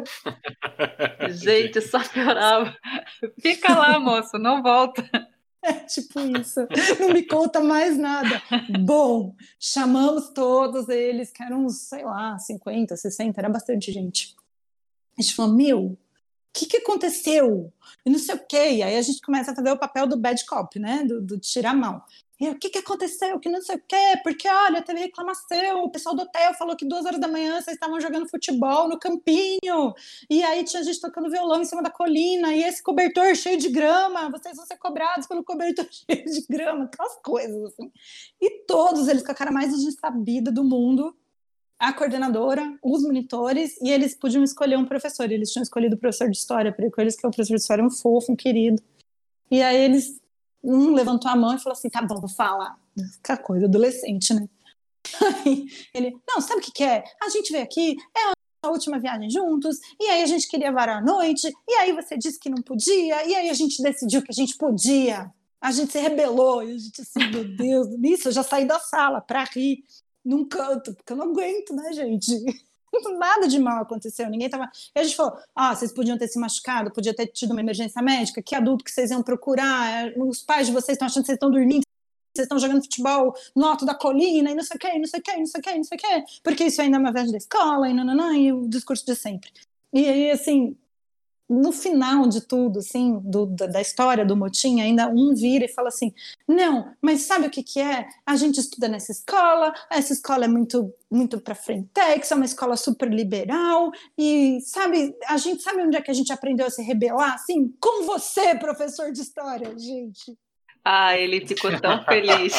Gente, só piorava. Fica lá, moço, não volta. É tipo isso, não me conta mais nada. Bom, chamamos todos eles, que eram uns, sei lá, cinquenta, sessenta, era bastante gente. A gente falou, meu, o que, que aconteceu? E não sei o quê. E aí a gente começa a fazer o papel do bad cop, né? Do, do tirar a mão. E o que, que aconteceu? Que não sei o quê. Porque, olha, teve reclamação. O pessoal do hotel falou que duas horas da manhã vocês estavam jogando futebol no campinho. E aí tinha gente tocando violão em cima da colina. E esse cobertor cheio de grama. Vocês vão ser cobrados pelo cobertor cheio de grama. Aquelas coisas, assim. E todos eles com a cara mais desabida do mundo. A coordenadora, os monitores, e eles podiam escolher um professor. Eles tinham escolhido o professor de história, porque eles que o professor de história é um fofo, um querido. E aí eles, um levantou a mão e falou assim, tá bom, vou falar. Aquela coisa, adolescente, né? Aí ele, não, sabe o que que é? A gente veio aqui, é a última viagem juntos, e aí a gente queria varar a noite, e aí você disse que não podia, e aí a gente decidiu que a gente podia. A gente se rebelou, e a gente assim, meu Deus, nisso eu já saí da sala pra rir num canto, porque eu não aguento, né, gente? Nada de mal aconteceu, ninguém tava... E a gente falou, ah, vocês podiam ter se machucado, podia ter tido uma emergência médica, que adulto que vocês iam procurar, os pais de vocês estão achando que vocês estão dormindo, vocês estão jogando futebol no alto da colina, e não sei o que, não sei o que, não sei o que, não sei o que, porque isso ainda é uma viagem da escola, e nananã, e o discurso de sempre. E aí, assim, no final de tudo, assim, do, da história do motim, ainda um vira e fala assim, não, mas sabe o que que é? A gente estuda nessa escola, essa escola é muito, muito pra frentex, é uma escola super liberal, e sabe, a gente sabe onde é que a gente aprendeu a se rebelar? Assim, com você, professor de história, gente. Ah, ele ficou tão feliz.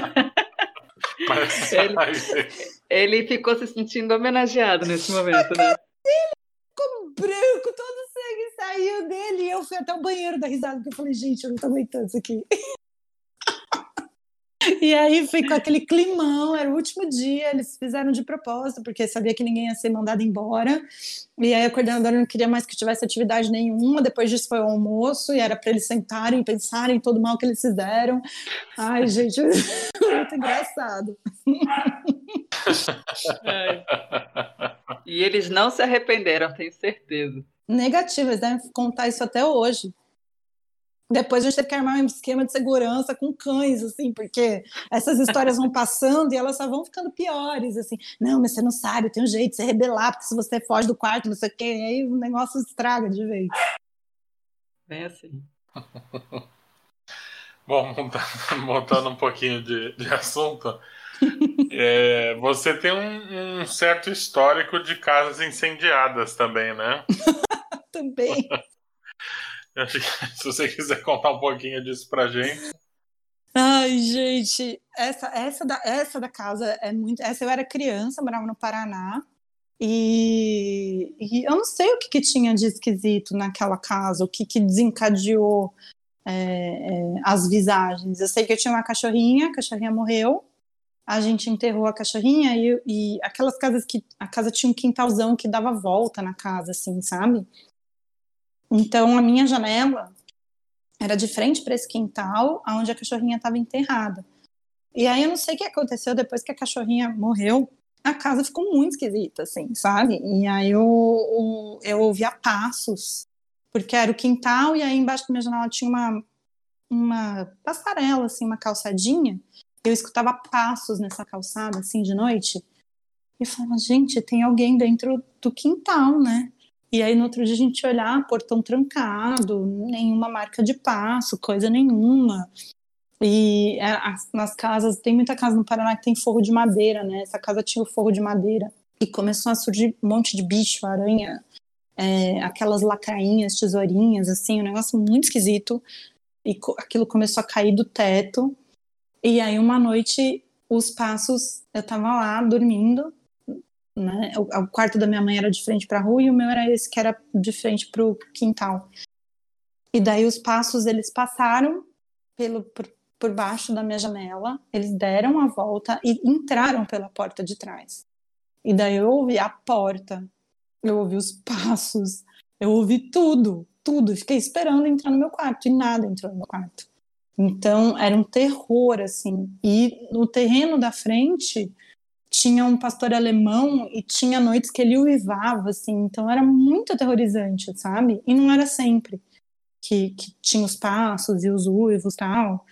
Mas, ele, ele ficou se sentindo homenageado nesse momento, né? Ficou branco, todo o sangue saiu dele. E eu fui até o banheiro da risada, porque eu falei, gente, eu não tô aguentando isso aqui. E aí ficou aquele climão, era o último dia, eles fizeram de propósito, porque sabia que ninguém ia ser mandado embora. E aí a coordenadora não queria mais que tivesse atividade nenhuma. Depois disso foi o almoço, e era para eles sentarem e pensarem em todo o mal que eles fizeram. Ai, gente, muito engraçado. É. E eles não se arrependeram, tenho certeza. Negativas, devem contar isso até hoje. Depois a gente teve que armar um esquema de segurança com cães, assim, porque essas histórias vão passando e elas só vão ficando piores, assim. Não, mas você não sabe, tem um jeito de você rebelar, porque se você foge do quarto, não sei o quê, aí o negócio estraga de vez. Bem assim. Bom, montando, montando um pouquinho de, de assunto, é, você tem um, um certo histórico de casas incendiadas também, né? Também. Acho que se você quiser contar um pouquinho disso pra gente. Ai, gente, essa, essa, da, essa da casa é muito. Essa eu era criança, morava no Paraná, e, e eu não sei o que, que tinha de esquisito naquela casa, o que, que desencadeou é, é, as visagens. Eu sei que eu tinha uma cachorrinha, a cachorrinha morreu, a gente enterrou a cachorrinha, e, e aquelas casas que. A casa tinha um quintalzão que dava volta na casa, assim, sabe? Então a minha janela era de frente para esse quintal, onde a cachorrinha estava enterrada. E aí eu não sei o que aconteceu depois que a cachorrinha morreu. A casa ficou muito esquisita, assim, sabe? E aí eu, eu, eu ouvia passos, porque era o quintal, e aí embaixo da minha janela tinha uma, uma passarela, assim, uma calçadinha. Eu escutava passos nessa calçada, assim, de noite. E eu falava, gente, tem alguém dentro do quintal, né? E aí no outro dia a gente olhar, portão trancado, nenhuma marca de passo, coisa nenhuma. E é, as, nas casas, tem muita casa no Paraná que tem forro de madeira, né? Essa casa tinha o forro de madeira. E começou a surgir um monte de bicho, aranha, é, aquelas lacrainhas, tesourinhas, assim, um negócio muito esquisito. E co- aquilo começou a cair do teto. E aí uma noite, os passos, eu tava lá dormindo, né? O, o quarto da minha mãe era de frente para a rua e o meu era esse que era de frente para o quintal. E daí os passos, eles passaram pelo, por, por baixo da minha janela, eles deram a volta e entraram pela porta de trás. E daí eu ouvi a porta, eu ouvi os passos, eu ouvi tudo, tudo. Fiquei esperando entrar no meu quarto e nada entrou no meu quarto. Então era um terror, assim. E no terreno da frente tinha um pastor alemão e tinha noites que ele uivava, assim, então era muito aterrorizante, sabe? E não era sempre que, que tinha os passos e os uivos e tal.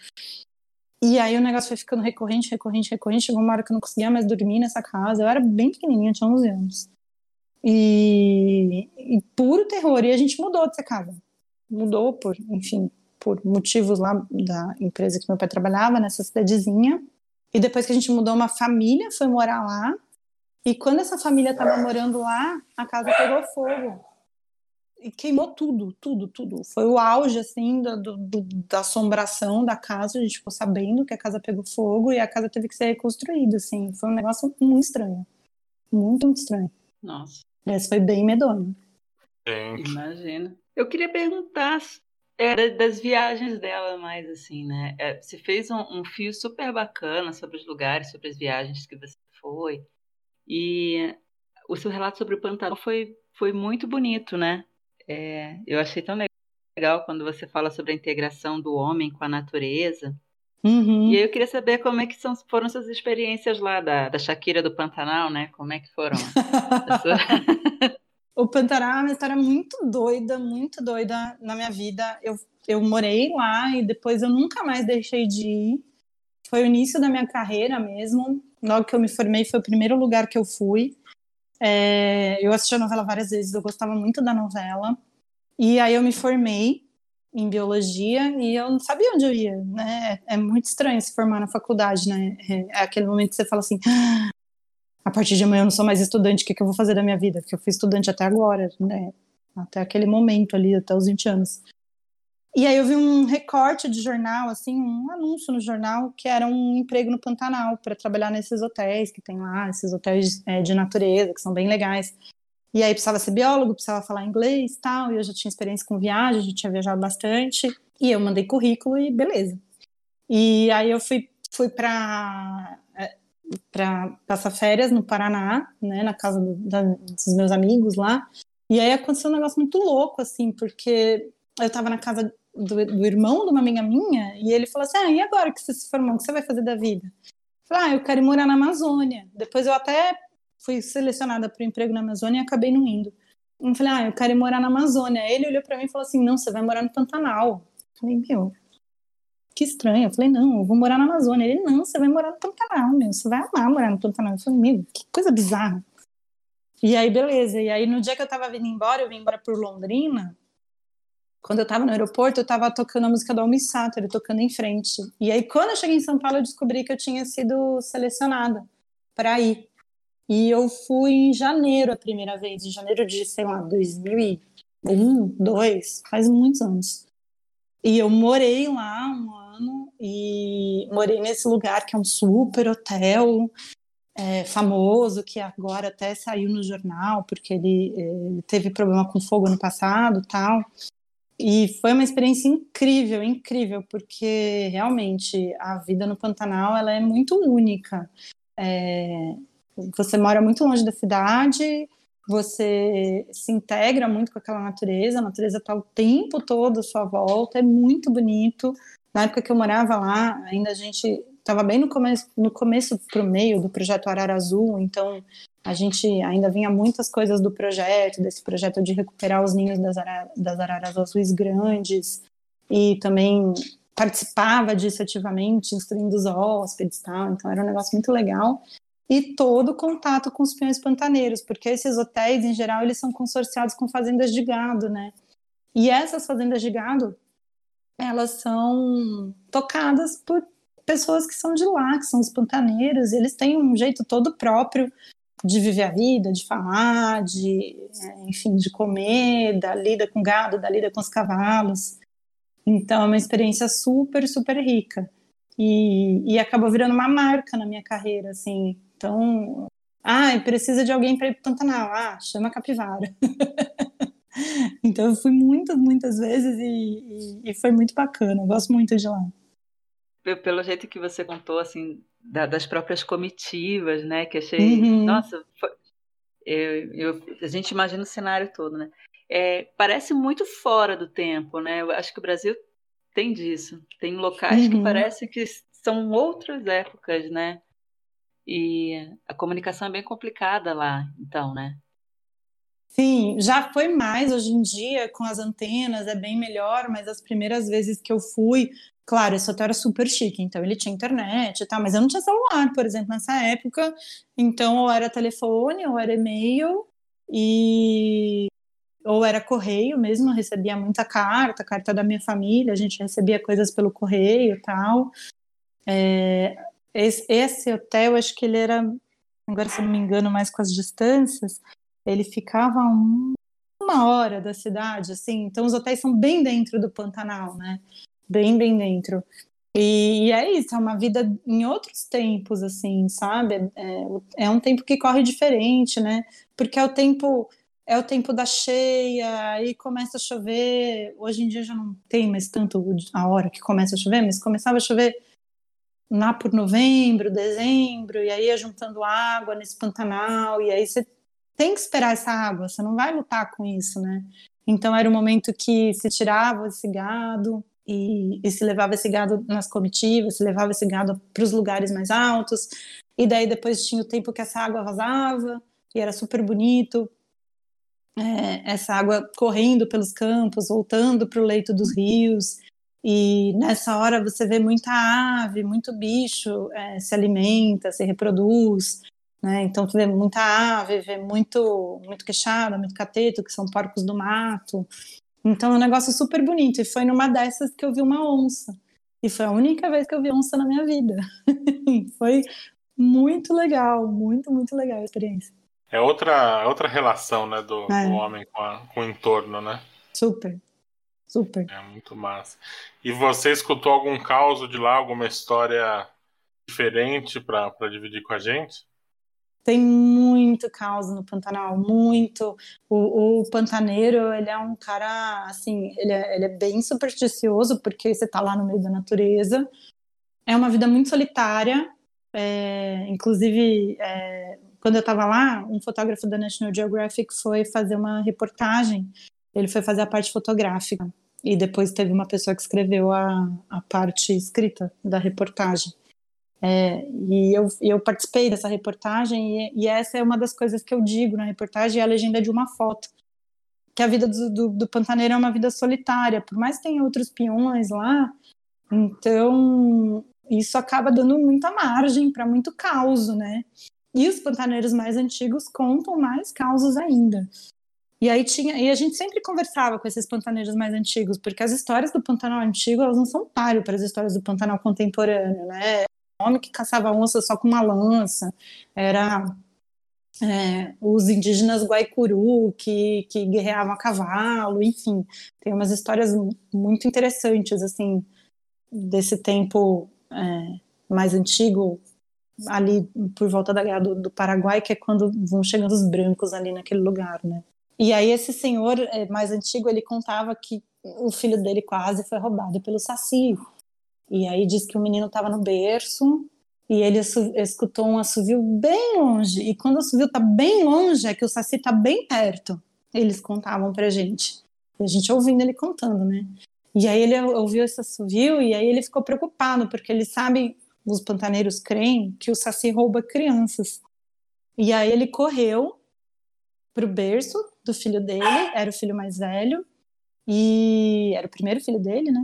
E aí o negócio foi ficando recorrente, recorrente, recorrente, chegou uma hora que eu não conseguia mais dormir nessa casa, eu era bem pequenininha, tinha onze anos. E, e puro terror, e a gente mudou dessa casa. Mudou por, enfim, por motivos lá da empresa que meu pai trabalhava, nessa cidadezinha. E depois que a gente mudou, uma família foi morar lá. E quando essa família estava morando lá, a casa pegou fogo. E queimou tudo, tudo, tudo. Foi o auge, assim, do, do, do, da assombração da casa. A gente ficou sabendo que a casa pegou fogo e a casa teve que ser reconstruída, assim. Foi um negócio muito estranho. Muito, muito estranho. Nossa. Esse foi bem medonho. Gente. Imagina. Eu queria perguntar é, das viagens dela mais assim, né? É, você fez um, um fio super bacana sobre os lugares, sobre as viagens que você foi. E o seu relato sobre o Pantanal foi, foi muito bonito, né? É, eu achei tão legal quando você fala sobre a integração do homem com a natureza. Uhum. E aí eu queria saber como é que são, foram suas experiências lá da, da Shakira do Pantanal, né? Como é que foram? A sua... O Pantanal é uma história muito doida, muito doida na minha vida. Eu, eu morei lá e depois eu nunca mais deixei de ir. Foi o início da minha carreira mesmo. Logo que eu me formei, foi o primeiro lugar que eu fui. É, eu assisti a novela várias vezes, eu gostava muito da novela. E aí eu me formei em biologia e eu não sabia onde eu ia, né? É muito estranho se formar na faculdade, né? É aquele momento que você fala assim... A partir de amanhã eu não sou mais estudante, o que, que eu vou fazer da minha vida? Porque eu fui estudante até agora, né? Até aquele momento ali, até os vinte anos. E aí eu vi um recorte de jornal, assim, um anúncio no jornal, que era um emprego no Pantanal, para trabalhar nesses hotéis que tem lá, esses hotéis é, de natureza, que são bem legais. E aí precisava ser biólogo, precisava falar inglês e tal, e eu já tinha experiência com viagem, já tinha viajado bastante, e eu mandei currículo e beleza. E aí eu fui fui para para passar férias no Paraná, né, na casa do, da, dos meus amigos lá, e aí aconteceu um negócio muito louco, assim, porque eu estava na casa do, do irmão de uma amiga minha, e ele falou assim, ah, e agora que você se formou, o que você vai fazer da vida? Eu falei, ah, eu quero ir morar na Amazônia. Depois eu até fui selecionada para o emprego na Amazônia e acabei não indo. Eu falei, ah, eu quero ir morar na Amazônia. Ele olhou para mim e falou assim, não, você vai morar no Pantanal. Eu falei, meu, que estranho. Eu falei, não, eu vou morar na Amazônia. Ele, não, você vai morar no Pantanal, meu, você vai amar morar no Pantanal. Eu falei, meu, que coisa bizarra. E aí, beleza. E aí, no dia que eu tava vindo embora, eu vim embora por Londrina. Quando eu tava no aeroporto, eu tava tocando a música do Almi Sater, tocando em frente. E aí, quando eu cheguei em São Paulo, eu descobri que eu tinha sido selecionada para ir. E eu fui em janeiro a primeira vez, em janeiro de, sei lá, dois mil e um, dois, faz muitos anos. E eu morei lá um ano, e morei nesse lugar que é um super hotel é, famoso, que agora até saiu no jornal, porque ele, ele teve problema com fogo no passado e tal. E foi uma experiência incrível, incrível, porque realmente a vida no Pantanal ela é muito única. É, você mora muito longe da cidade, você se integra muito com aquela natureza, a natureza está o tempo todo à sua volta, é muito bonito. Na época que eu morava lá, ainda a gente estava bem no começo, no começo para o meio do projeto Arara Azul, então a gente ainda vinha muitas coisas do projeto, desse projeto de recuperar os ninhos das, ara, das araras azuis grandes, e também participava disso ativamente, instruindo os hóspedes e tal, então era um negócio muito legal. E todo o contato com os peões pantaneiros, porque esses hotéis, em geral, eles são consorciados com fazendas de gado, né? E essas fazendas de gado, elas são tocadas por pessoas que são de lá, que são os pantaneiros, e eles têm um jeito todo próprio de viver a vida, de falar, de, enfim, de comer, da lida com gado, da lida com os cavalos. Então, é uma experiência super, super rica. E, e acabou virando uma marca na minha carreira, assim. Então, ah, precisa de alguém para ir para o Pantanal. Ah, chama a Capivara. Então, eu fui muitas, muitas vezes e, e, e foi muito bacana. Eu gosto muito de lá. Pelo jeito que você contou, assim, da, das próprias comitivas, né? Que achei... Uhum. Nossa, foi, eu, eu, a gente imagina o cenário todo, né? É, parece muito fora do tempo, né? Eu acho que o Brasil tem disso. Tem locais Uhum. que parecem que são outras épocas, né? E a comunicação é bem complicada lá, então, né? Sim, já foi mais. Hoje em dia, com as antenas, é bem melhor, mas as primeiras vezes que eu fui, claro, esse hotel era super chique, então ele tinha internet e tal, mas eu não tinha celular, por exemplo, nessa época, então ou era telefone, ou era e-mail, e... ou era correio mesmo, eu recebia muita carta, carta da minha família, a gente recebia coisas pelo correio e tal. É... Esse, esse hotel, acho que ele era, agora se não me engano, mais com as distâncias, ele ficava a um, uma hora da cidade, assim, então os hotéis são bem dentro do Pantanal, né? Bem, bem dentro. E, e é isso, é uma vida em outros tempos, assim, sabe? É, é um tempo que corre diferente, né? Porque é o tempo, é o tempo da cheia, aí começa a chover. Hoje em dia já não tem mais tanto a hora que começa a chover, mas começava a chover lá por novembro, dezembro, e aí ia juntando água nesse Pantanal, e aí você tem que esperar essa água, você não vai lutar com isso, né? Então era o momento que se tirava esse gado e, e se levava esse gado nas comitivas, se levava esse gado para os lugares mais altos, e daí depois tinha o tempo que essa água vazava, e era super bonito, é, essa água correndo pelos campos, voltando para o leito dos rios, e nessa hora você vê muita ave, muito bicho é, se alimenta, se reproduz, né? Então tu vê muita ave, vê muito, muito queixada, muito cateto, que são porcos do mato. Então é um negócio super bonito. E foi numa dessas que eu vi uma onça. E foi a única vez que eu vi onça na minha vida. Foi muito legal, muito, muito legal a experiência. É outra, outra relação, né, do, É. do homem com, a, com o entorno, né? Super, super. É muito massa. E você escutou algum caos de lá, alguma história diferente para dividir com a gente? Tem muito caos no Pantanal, muito. O, o pantaneiro, ele é um cara, assim, ele é, ele é bem supersticioso, porque você tá lá no meio da natureza, É uma vida muito solitária, é, inclusive, é, quando eu estava lá, um fotógrafo da National Geographic foi fazer uma reportagem, ele foi fazer a parte fotográfica, e depois teve uma pessoa que escreveu a, a parte escrita da reportagem. É, e eu, eu participei dessa reportagem, e, e essa é uma das coisas que eu digo na reportagem, é a legenda de uma foto, que a vida do, do, do pantaneiro é uma vida solitária, por mais que tenha outros peões lá, então isso acaba dando muita margem para muito caos, né? E os pantaneiros mais antigos contam mais causos ainda. E aí tinha, e a gente sempre conversava com esses pantaneiros mais antigos, porque as histórias do Pantanal antigo, elas não são páreo para as histórias do Pantanal contemporâneo, né? O homem que caçava onça só com uma lança, era é, os indígenas Guaicuru que, que guerreavam a cavalo, enfim, tem umas histórias muito interessantes, assim, desse tempo é, mais antigo, ali por volta da Guerra do, do Paraguai, que é quando vão chegando os brancos ali naquele lugar, né? E aí esse senhor é, mais antigo, ele contava que o filho dele quase foi roubado pelo Saci. E aí diz que o menino estava no berço e ele escutou um assovio bem longe. E quando o assovio está bem longe, é que o Saci está bem perto. Eles contavam pra gente. E a gente ouvindo ele contando, né? E aí ele ouviu esse assovio e aí ele ficou preocupado, porque ele sabe, os pantaneiros creem, que o Saci rouba crianças. E aí ele correu pro berço do filho dele, era o filho mais velho, e era o primeiro filho dele, né?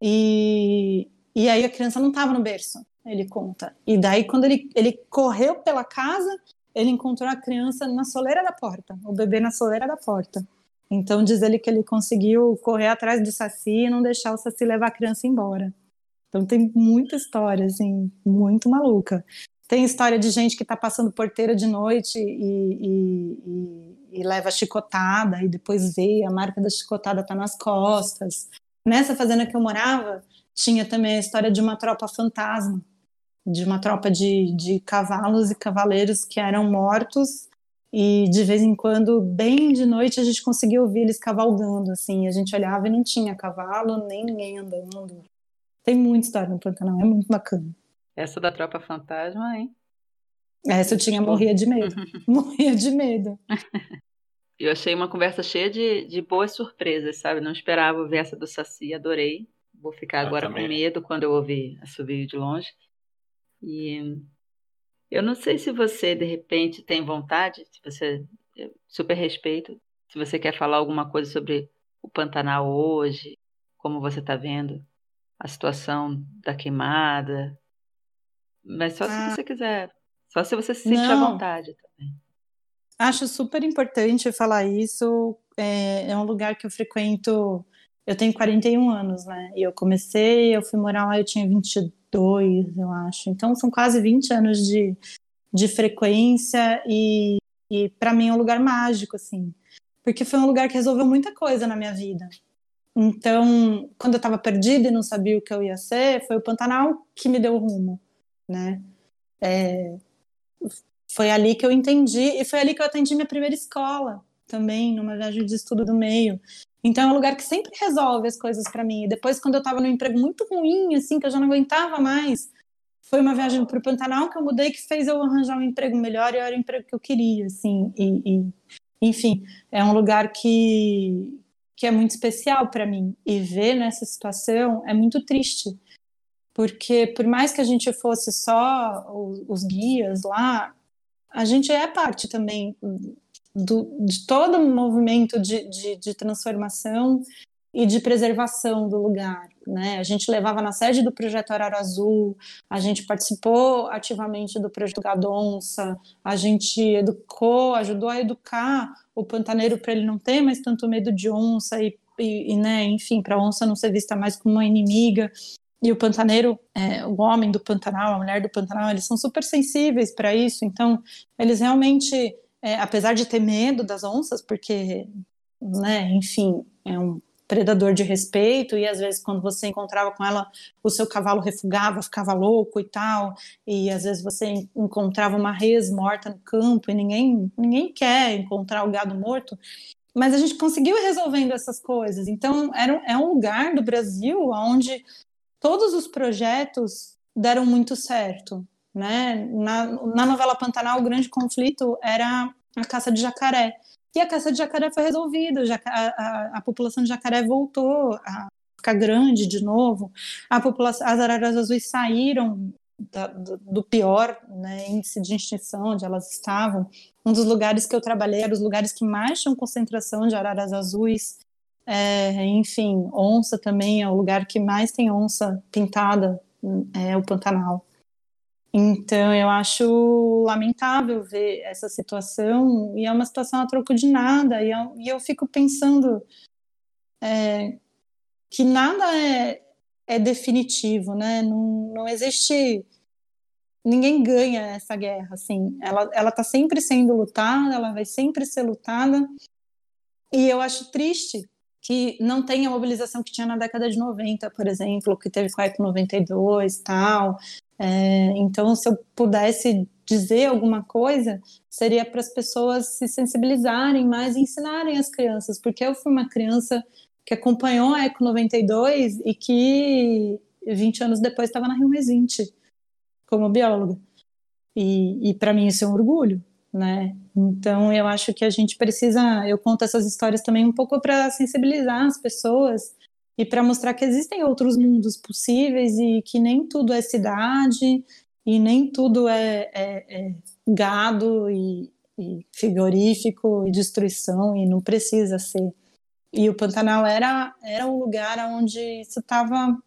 E, e aí a criança não estava no berço, ele conta. E daí quando ele, ele correu pela casa, ele encontrou a criança na soleira da porta, o bebê na soleira da porta. Então diz ele que ele conseguiu correr atrás do Saci e não deixar o Saci levar a criança embora. Então tem muita história, assim, muito maluca. Tem história de gente que está passando porteira de noite e, e, e, e leva chicotada e depois vê, a marca da chicotada está nas costas. Nessa fazenda que eu morava, tinha também a história de uma tropa fantasma, de uma tropa de, de cavalos e cavaleiros que eram mortos e de vez em quando, bem de noite, a gente conseguia ouvir eles cavalgando, assim, a gente olhava e não tinha cavalo, nem ninguém andando. Tem muita história no Pantanal, é muito bacana. Essa da tropa fantasma, hein? Essa eu tinha, morria de medo. morria de medo. Eu achei uma conversa cheia de, de boas surpresas, sabe? Não esperava ver essa do Saci, adorei. Vou ficar Eu agora também. com medo quando eu ouvir assovio de longe. E eu não sei se você, de repente, tem vontade, se você, eu super respeito, se você quer falar alguma coisa sobre o Pantanal hoje, como você está vendo a situação da queimada. Mas só se Ah, você quiser, só se você se sentir à não, vontade também. acho super importante falar isso. É, é um lugar que eu frequento. Eu tenho quarenta e um anos, né? E eu comecei, eu fui morar lá, eu tinha vinte e dois, eu acho. Então são quase vinte anos de, de frequência e, e para mim é um lugar mágico, assim. Porque foi um lugar que resolveu muita coisa na minha vida. Então, quando eu estava perdida e não sabia o que eu ia ser, foi o Pantanal que me deu o rumo, né? É, foi ali que eu entendi, e foi ali que eu atendi minha primeira escola, também, numa viagem de estudo do meio. Então é um lugar que sempre resolve as coisas para mim. E depois, quando eu estava num emprego muito ruim, assim, que eu já não aguentava mais, foi uma viagem para o Pantanal que eu mudei, que fez eu arranjar um emprego melhor, e era o emprego que eu queria, assim. E, e, enfim, é um lugar que, que é muito especial para mim. E ver nessa situação é muito triste. Porque por mais que a gente fosse só os, os guias lá, a gente é parte também do, de todo o movimento de, de, de transformação e de preservação do lugar, né? A gente levava na sede do projeto Arara Azul, a gente participou ativamente do projeto Gadonça, a gente educou, ajudou a educar o pantaneiro para ele não ter mais tanto medo de onça e, e, e né, enfim, para a onça não ser vista mais como uma inimiga. E o pantaneiro, é, o homem do Pantanal, a mulher do Pantanal, eles são super sensíveis para isso. Então, eles realmente, é, apesar de ter medo das onças, porque, né, enfim, é um predador de respeito, e às vezes quando você encontrava com ela, o seu cavalo refugava, ficava louco e tal, e às vezes você encontrava uma res morta no campo, e ninguém, ninguém quer encontrar o gado morto, mas a gente conseguiu ir resolvendo essas coisas. Então, era, é um lugar do Brasil onde todos os projetos deram muito certo, né? Na, na novela Pantanal, o grande conflito era a caça de jacaré. E a caça de jacaré foi resolvida, a, a, a população de jacaré voltou a ficar grande de novo, a população, as araras azuis saíram da, do, do pior, né, índice de extinção onde elas estavam. Um dos lugares que eu trabalhei era os lugares que mais tinham concentração de araras azuis. É, enfim, onça também é o lugar que mais tem onça pintada, é o Pantanal. Então eu acho lamentável ver essa situação, e é uma situação a troco de nada, e eu, e eu fico pensando é, que nada é, é definitivo, né? Não, não existe, ninguém ganha essa guerra, assim, ela, ela tá sempre sendo lutada, ela vai sempre ser lutada, e eu acho triste que não tenha a mobilização que tinha na década de noventa, por exemplo, que teve com a Eco noventa e dois e tal. É, então, se eu pudesse dizer alguma coisa, seria para as pessoas se sensibilizarem mais e ensinarem as crianças, porque eu fui uma criança que acompanhou a Eco noventa e dois e que vinte anos depois estava na Rio Mais vinte como bióloga. E, e para mim isso é um orgulho, né? Então eu acho que a gente precisa, eu conto essas histórias também um pouco para sensibilizar as pessoas e para mostrar que existem outros mundos possíveis e que nem tudo é cidade e nem tudo é, é, é gado e, e frigorífico e destruição, e não precisa ser. E o Pantanal era, era um lugar onde isso estava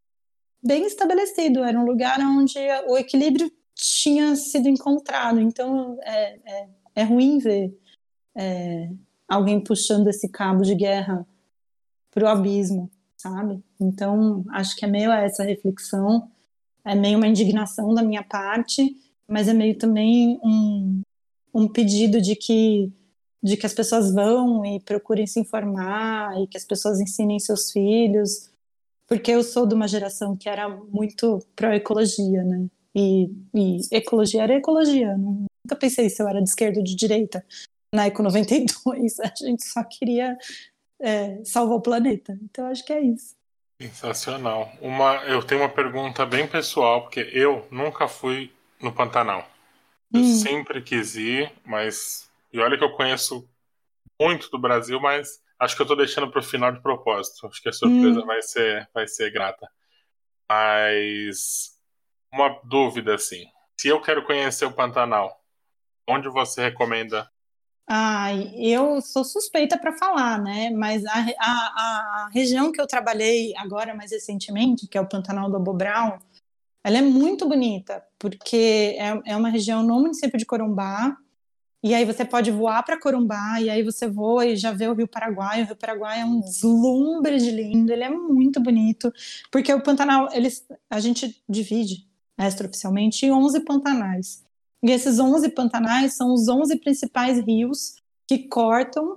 bem estabelecido, era um lugar onde o equilíbrio tinha sido encontrado. Então é, é, é ruim ver é, alguém puxando esse cabo de guerra para o abismo, sabe? Então acho que é meio essa reflexão, é meio uma indignação da minha parte, mas é meio também um, um pedido de que, de que as pessoas vão e procurem se informar e que as pessoas ensinem seus filhos, porque eu sou de uma geração que era muito pró-ecologia, né? E, e ecologia era ecologia. Nunca pensei se eu era de esquerda ou de direita. Na Eco noventa e dois, a gente só queria é, salvar o planeta. Então, acho que é isso. Sensacional. Uma, eu tenho uma pergunta bem pessoal, porque eu nunca fui no Pantanal. Eu Hum. sempre quis ir, mas... E olha que eu conheço muito do Brasil, mas acho que eu tô deixando pro final de propósito. Acho que a surpresa Hum. vai ser, vai ser grata. Mas... Uma dúvida, assim. Se eu quero conhecer o Pantanal, onde você recomenda? Ai, eu sou suspeita para falar, né? Mas a, a, a região que eu trabalhei agora, mais recentemente, que é o Pantanal do Abobral, ela é muito bonita, porque é, é uma região no município de Corumbá, e aí você pode voar para Corumbá, e aí você voa e já vê o Rio Paraguai. O Rio Paraguai é um deslumbre de lindo, ele é muito bonito, porque o Pantanal, eles, a gente divide extraoficialmente em onze pantanais. E esses onze pantanais são os onze principais rios que cortam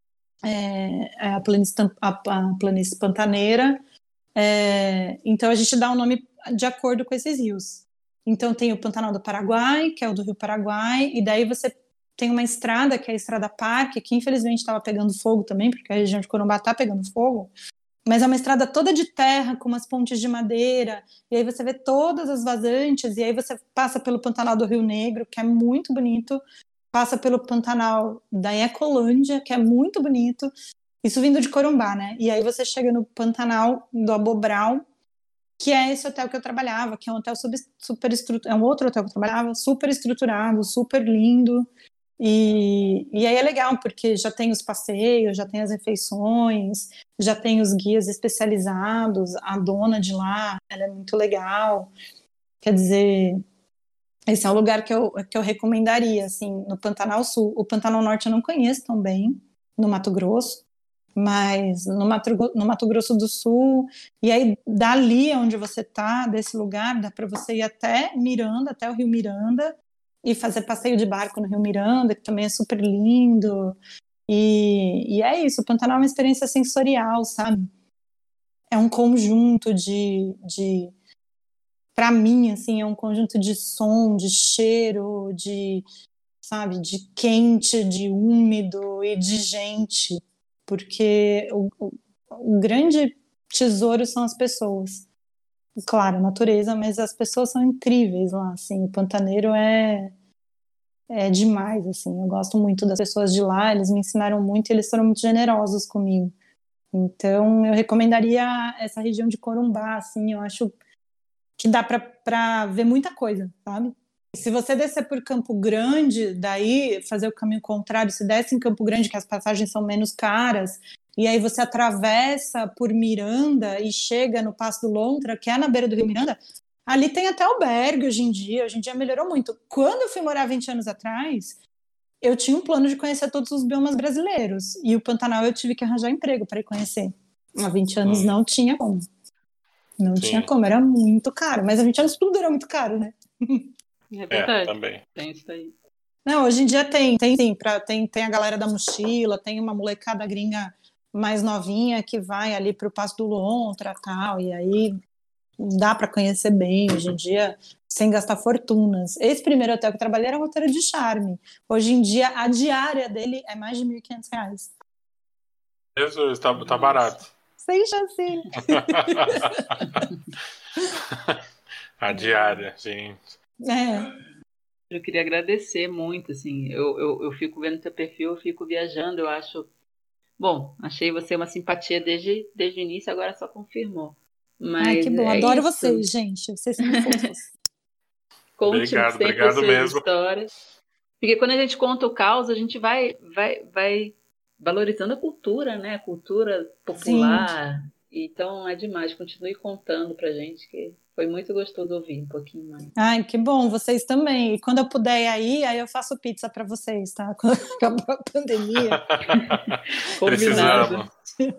é, a, planície, a, a planície pantaneira. É, então a gente dá um nome de acordo com esses rios. Então tem o Pantanal do Paraguai, que é o do Rio Paraguai, e daí você tem uma estrada, que é a Estrada Parque, que infelizmente estava pegando fogo também, porque a região de Corumbá está pegando fogo, mas é uma estrada toda de terra, com umas pontes de madeira, e aí você vê todas as vazantes, e aí você passa pelo Pantanal do Rio Negro, que é muito bonito, passa pelo Pantanal da Ecolândia, que é muito bonito, isso vindo de Corumbá, né? E aí você chega no Pantanal do Abobral, que é esse hotel que eu trabalhava, que é um hotel sub, super estruturado, é um outro hotel que eu trabalhava, super estruturado, super lindo, e, e aí é legal, porque já tem os passeios, já tem as refeições, já tem os guias especializados, a dona de lá, ela é muito legal, quer dizer, esse é um lugar que eu, que eu recomendaria, assim, no Pantanal Sul. O Pantanal Norte eu não conheço tão bem, no Mato Grosso, mas no Mato, no Mato Grosso do Sul, e aí dali onde você tá, desse lugar, dá para você ir até Miranda, até o Rio Miranda, e fazer passeio de barco no Rio Miranda, que também é super lindo, e, e é isso, o Pantanal é uma experiência sensorial, sabe? É um conjunto de, de para mim, assim, é um conjunto de som, de cheiro, de, sabe, de quente, de úmido e de gente, porque o, o, o grande tesouro são as pessoas. claro, natureza, mas as pessoas são incríveis lá, assim, o Pantaneiro é, é demais, assim, eu gosto muito das pessoas de lá, eles me ensinaram muito e eles foram muito generosos comigo. Então, eu recomendaria essa região de Corumbá, assim, eu acho que dá para ver muita coisa, sabe? Se você descer por Campo Grande, daí fazer o caminho contrário, se desce em Campo Grande, que as passagens são menos caras, e aí você atravessa por Miranda e chega no Passo do Lontra, que é na beira do Rio Miranda, ali tem até albergue hoje em dia, hoje em dia melhorou muito. Quando eu fui morar vinte anos atrás, eu tinha um plano de conhecer todos os biomas brasileiros, e o Pantanal eu tive que arranjar emprego para ir conhecer. Há vinte anos Sim. não tinha como. Não Sim. tinha como, era muito caro, mas há vinte anos tudo era muito caro, né? É verdade. É, também. Tem isso aí. Não, hoje em dia tem, tem sim, pra, tem, tem a galera da mochila, tem uma molecada gringa mais novinha que vai ali pro Passo do Lontra e tal, e aí dá para conhecer bem, hoje em dia, sem gastar fortunas. Esse primeiro hotel que eu trabalhei era um roteiro de charme. Hoje em dia, a diária dele é mais de mil e quinhentos reais. Jesus, tá, tá barato. Sem chance. A diária, gente. É. Eu queria agradecer muito, assim, eu, eu, eu fico vendo teu perfil, eu fico viajando, eu acho... Bom, achei você uma simpatia desde, desde o início, agora só confirmou. Mas Ai, que bom, é adoro isso. vocês, gente, vocês são fofos. Conte Obrigado, sempre obrigado as suas mesmo. histórias. Porque quando a gente conta o caos, a gente vai, vai, vai valorizando a cultura, né? A cultura popular. Sim. Então é demais. Continue contando pra gente, que foi muito gostoso ouvir um pouquinho mais. Ai, que bom, vocês também. E quando eu puder ir aí, aí eu faço pizza pra vocês, tá? Quando acabar a pandemia. Precisamos.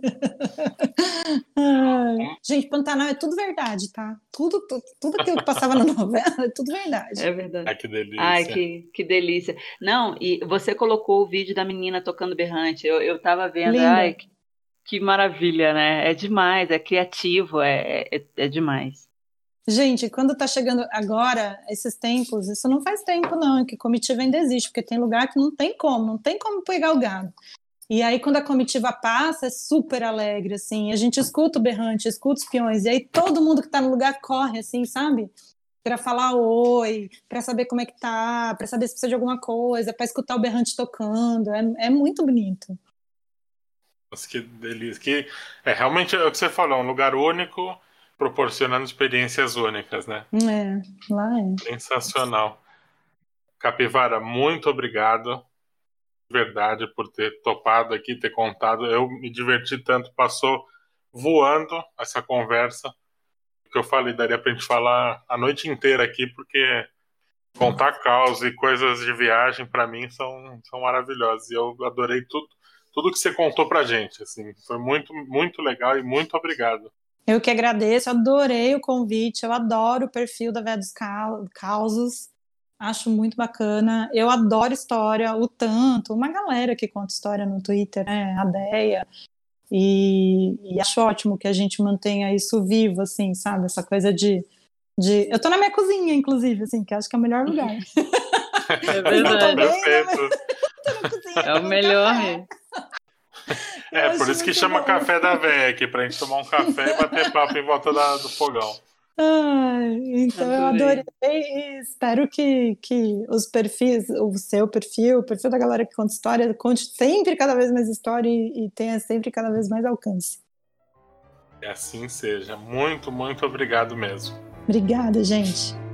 Ai. Gente, Pantanal é tudo verdade, tá? Tudo, tudo, tudo aquilo que passava na novela é tudo verdade. É verdade. Ai, que delícia. Ai, que, que delícia. Não, e você colocou o vídeo da menina tocando berrante. Eu, eu tava vendo, Linda. ai, que, que maravilha, né? É demais, é criativo, é, é, é demais. Gente, quando tá chegando agora, esses tempos, isso não faz tempo não, que comitiva ainda existe, porque tem lugar que não tem como, não tem como pegar o gado. E aí quando a comitiva passa, é super alegre, assim, a gente escuta o berrante, escuta os peões, e aí todo mundo que tá no lugar corre, assim, sabe? Pra falar oi, pra saber como é que tá, pra saber se precisa de alguma coisa, pra escutar o berrante tocando, é, é muito bonito. Nossa, que delícia. Que, é, realmente é o que você falou, um lugar único, proporcionando experiências únicas, né? É, lá é. Sensacional. Capivara, muito obrigado, de verdade, por ter topado aqui, ter contado. Eu me diverti tanto, passou voando essa conversa. O que eu falei, daria pra gente falar a noite inteira aqui, porque contar caos e coisas de viagem, pra mim, são, são maravilhosas. E eu adorei tudo, tudo que você contou pra gente. Assim, foi muito, muito legal e muito obrigado. Eu que agradeço, adorei o convite, eu adoro o perfil da Véia dos Causos, acho muito bacana, eu adoro história, o Tanto, uma galera que conta história no Twitter, né, a Deia, e, e acho ótimo que a gente mantenha isso vivo, assim, sabe, essa coisa de, de... Eu tô na minha cozinha, inclusive, assim, que acho que é o melhor lugar. É verdade. Perfeito. Tô na cozinha, é o melhor mesmo. É, por isso que chama bom. Café da Véia aqui, pra gente tomar um café e bater papo em volta da, do fogão. Ai, então adorei. Eu adorei e espero que, que os perfis, o seu perfil, o perfil da galera que conta história, conte sempre cada vez mais história e, e tenha sempre cada vez mais alcance. Que assim seja. Muito, muito obrigado mesmo. Obrigada, gente.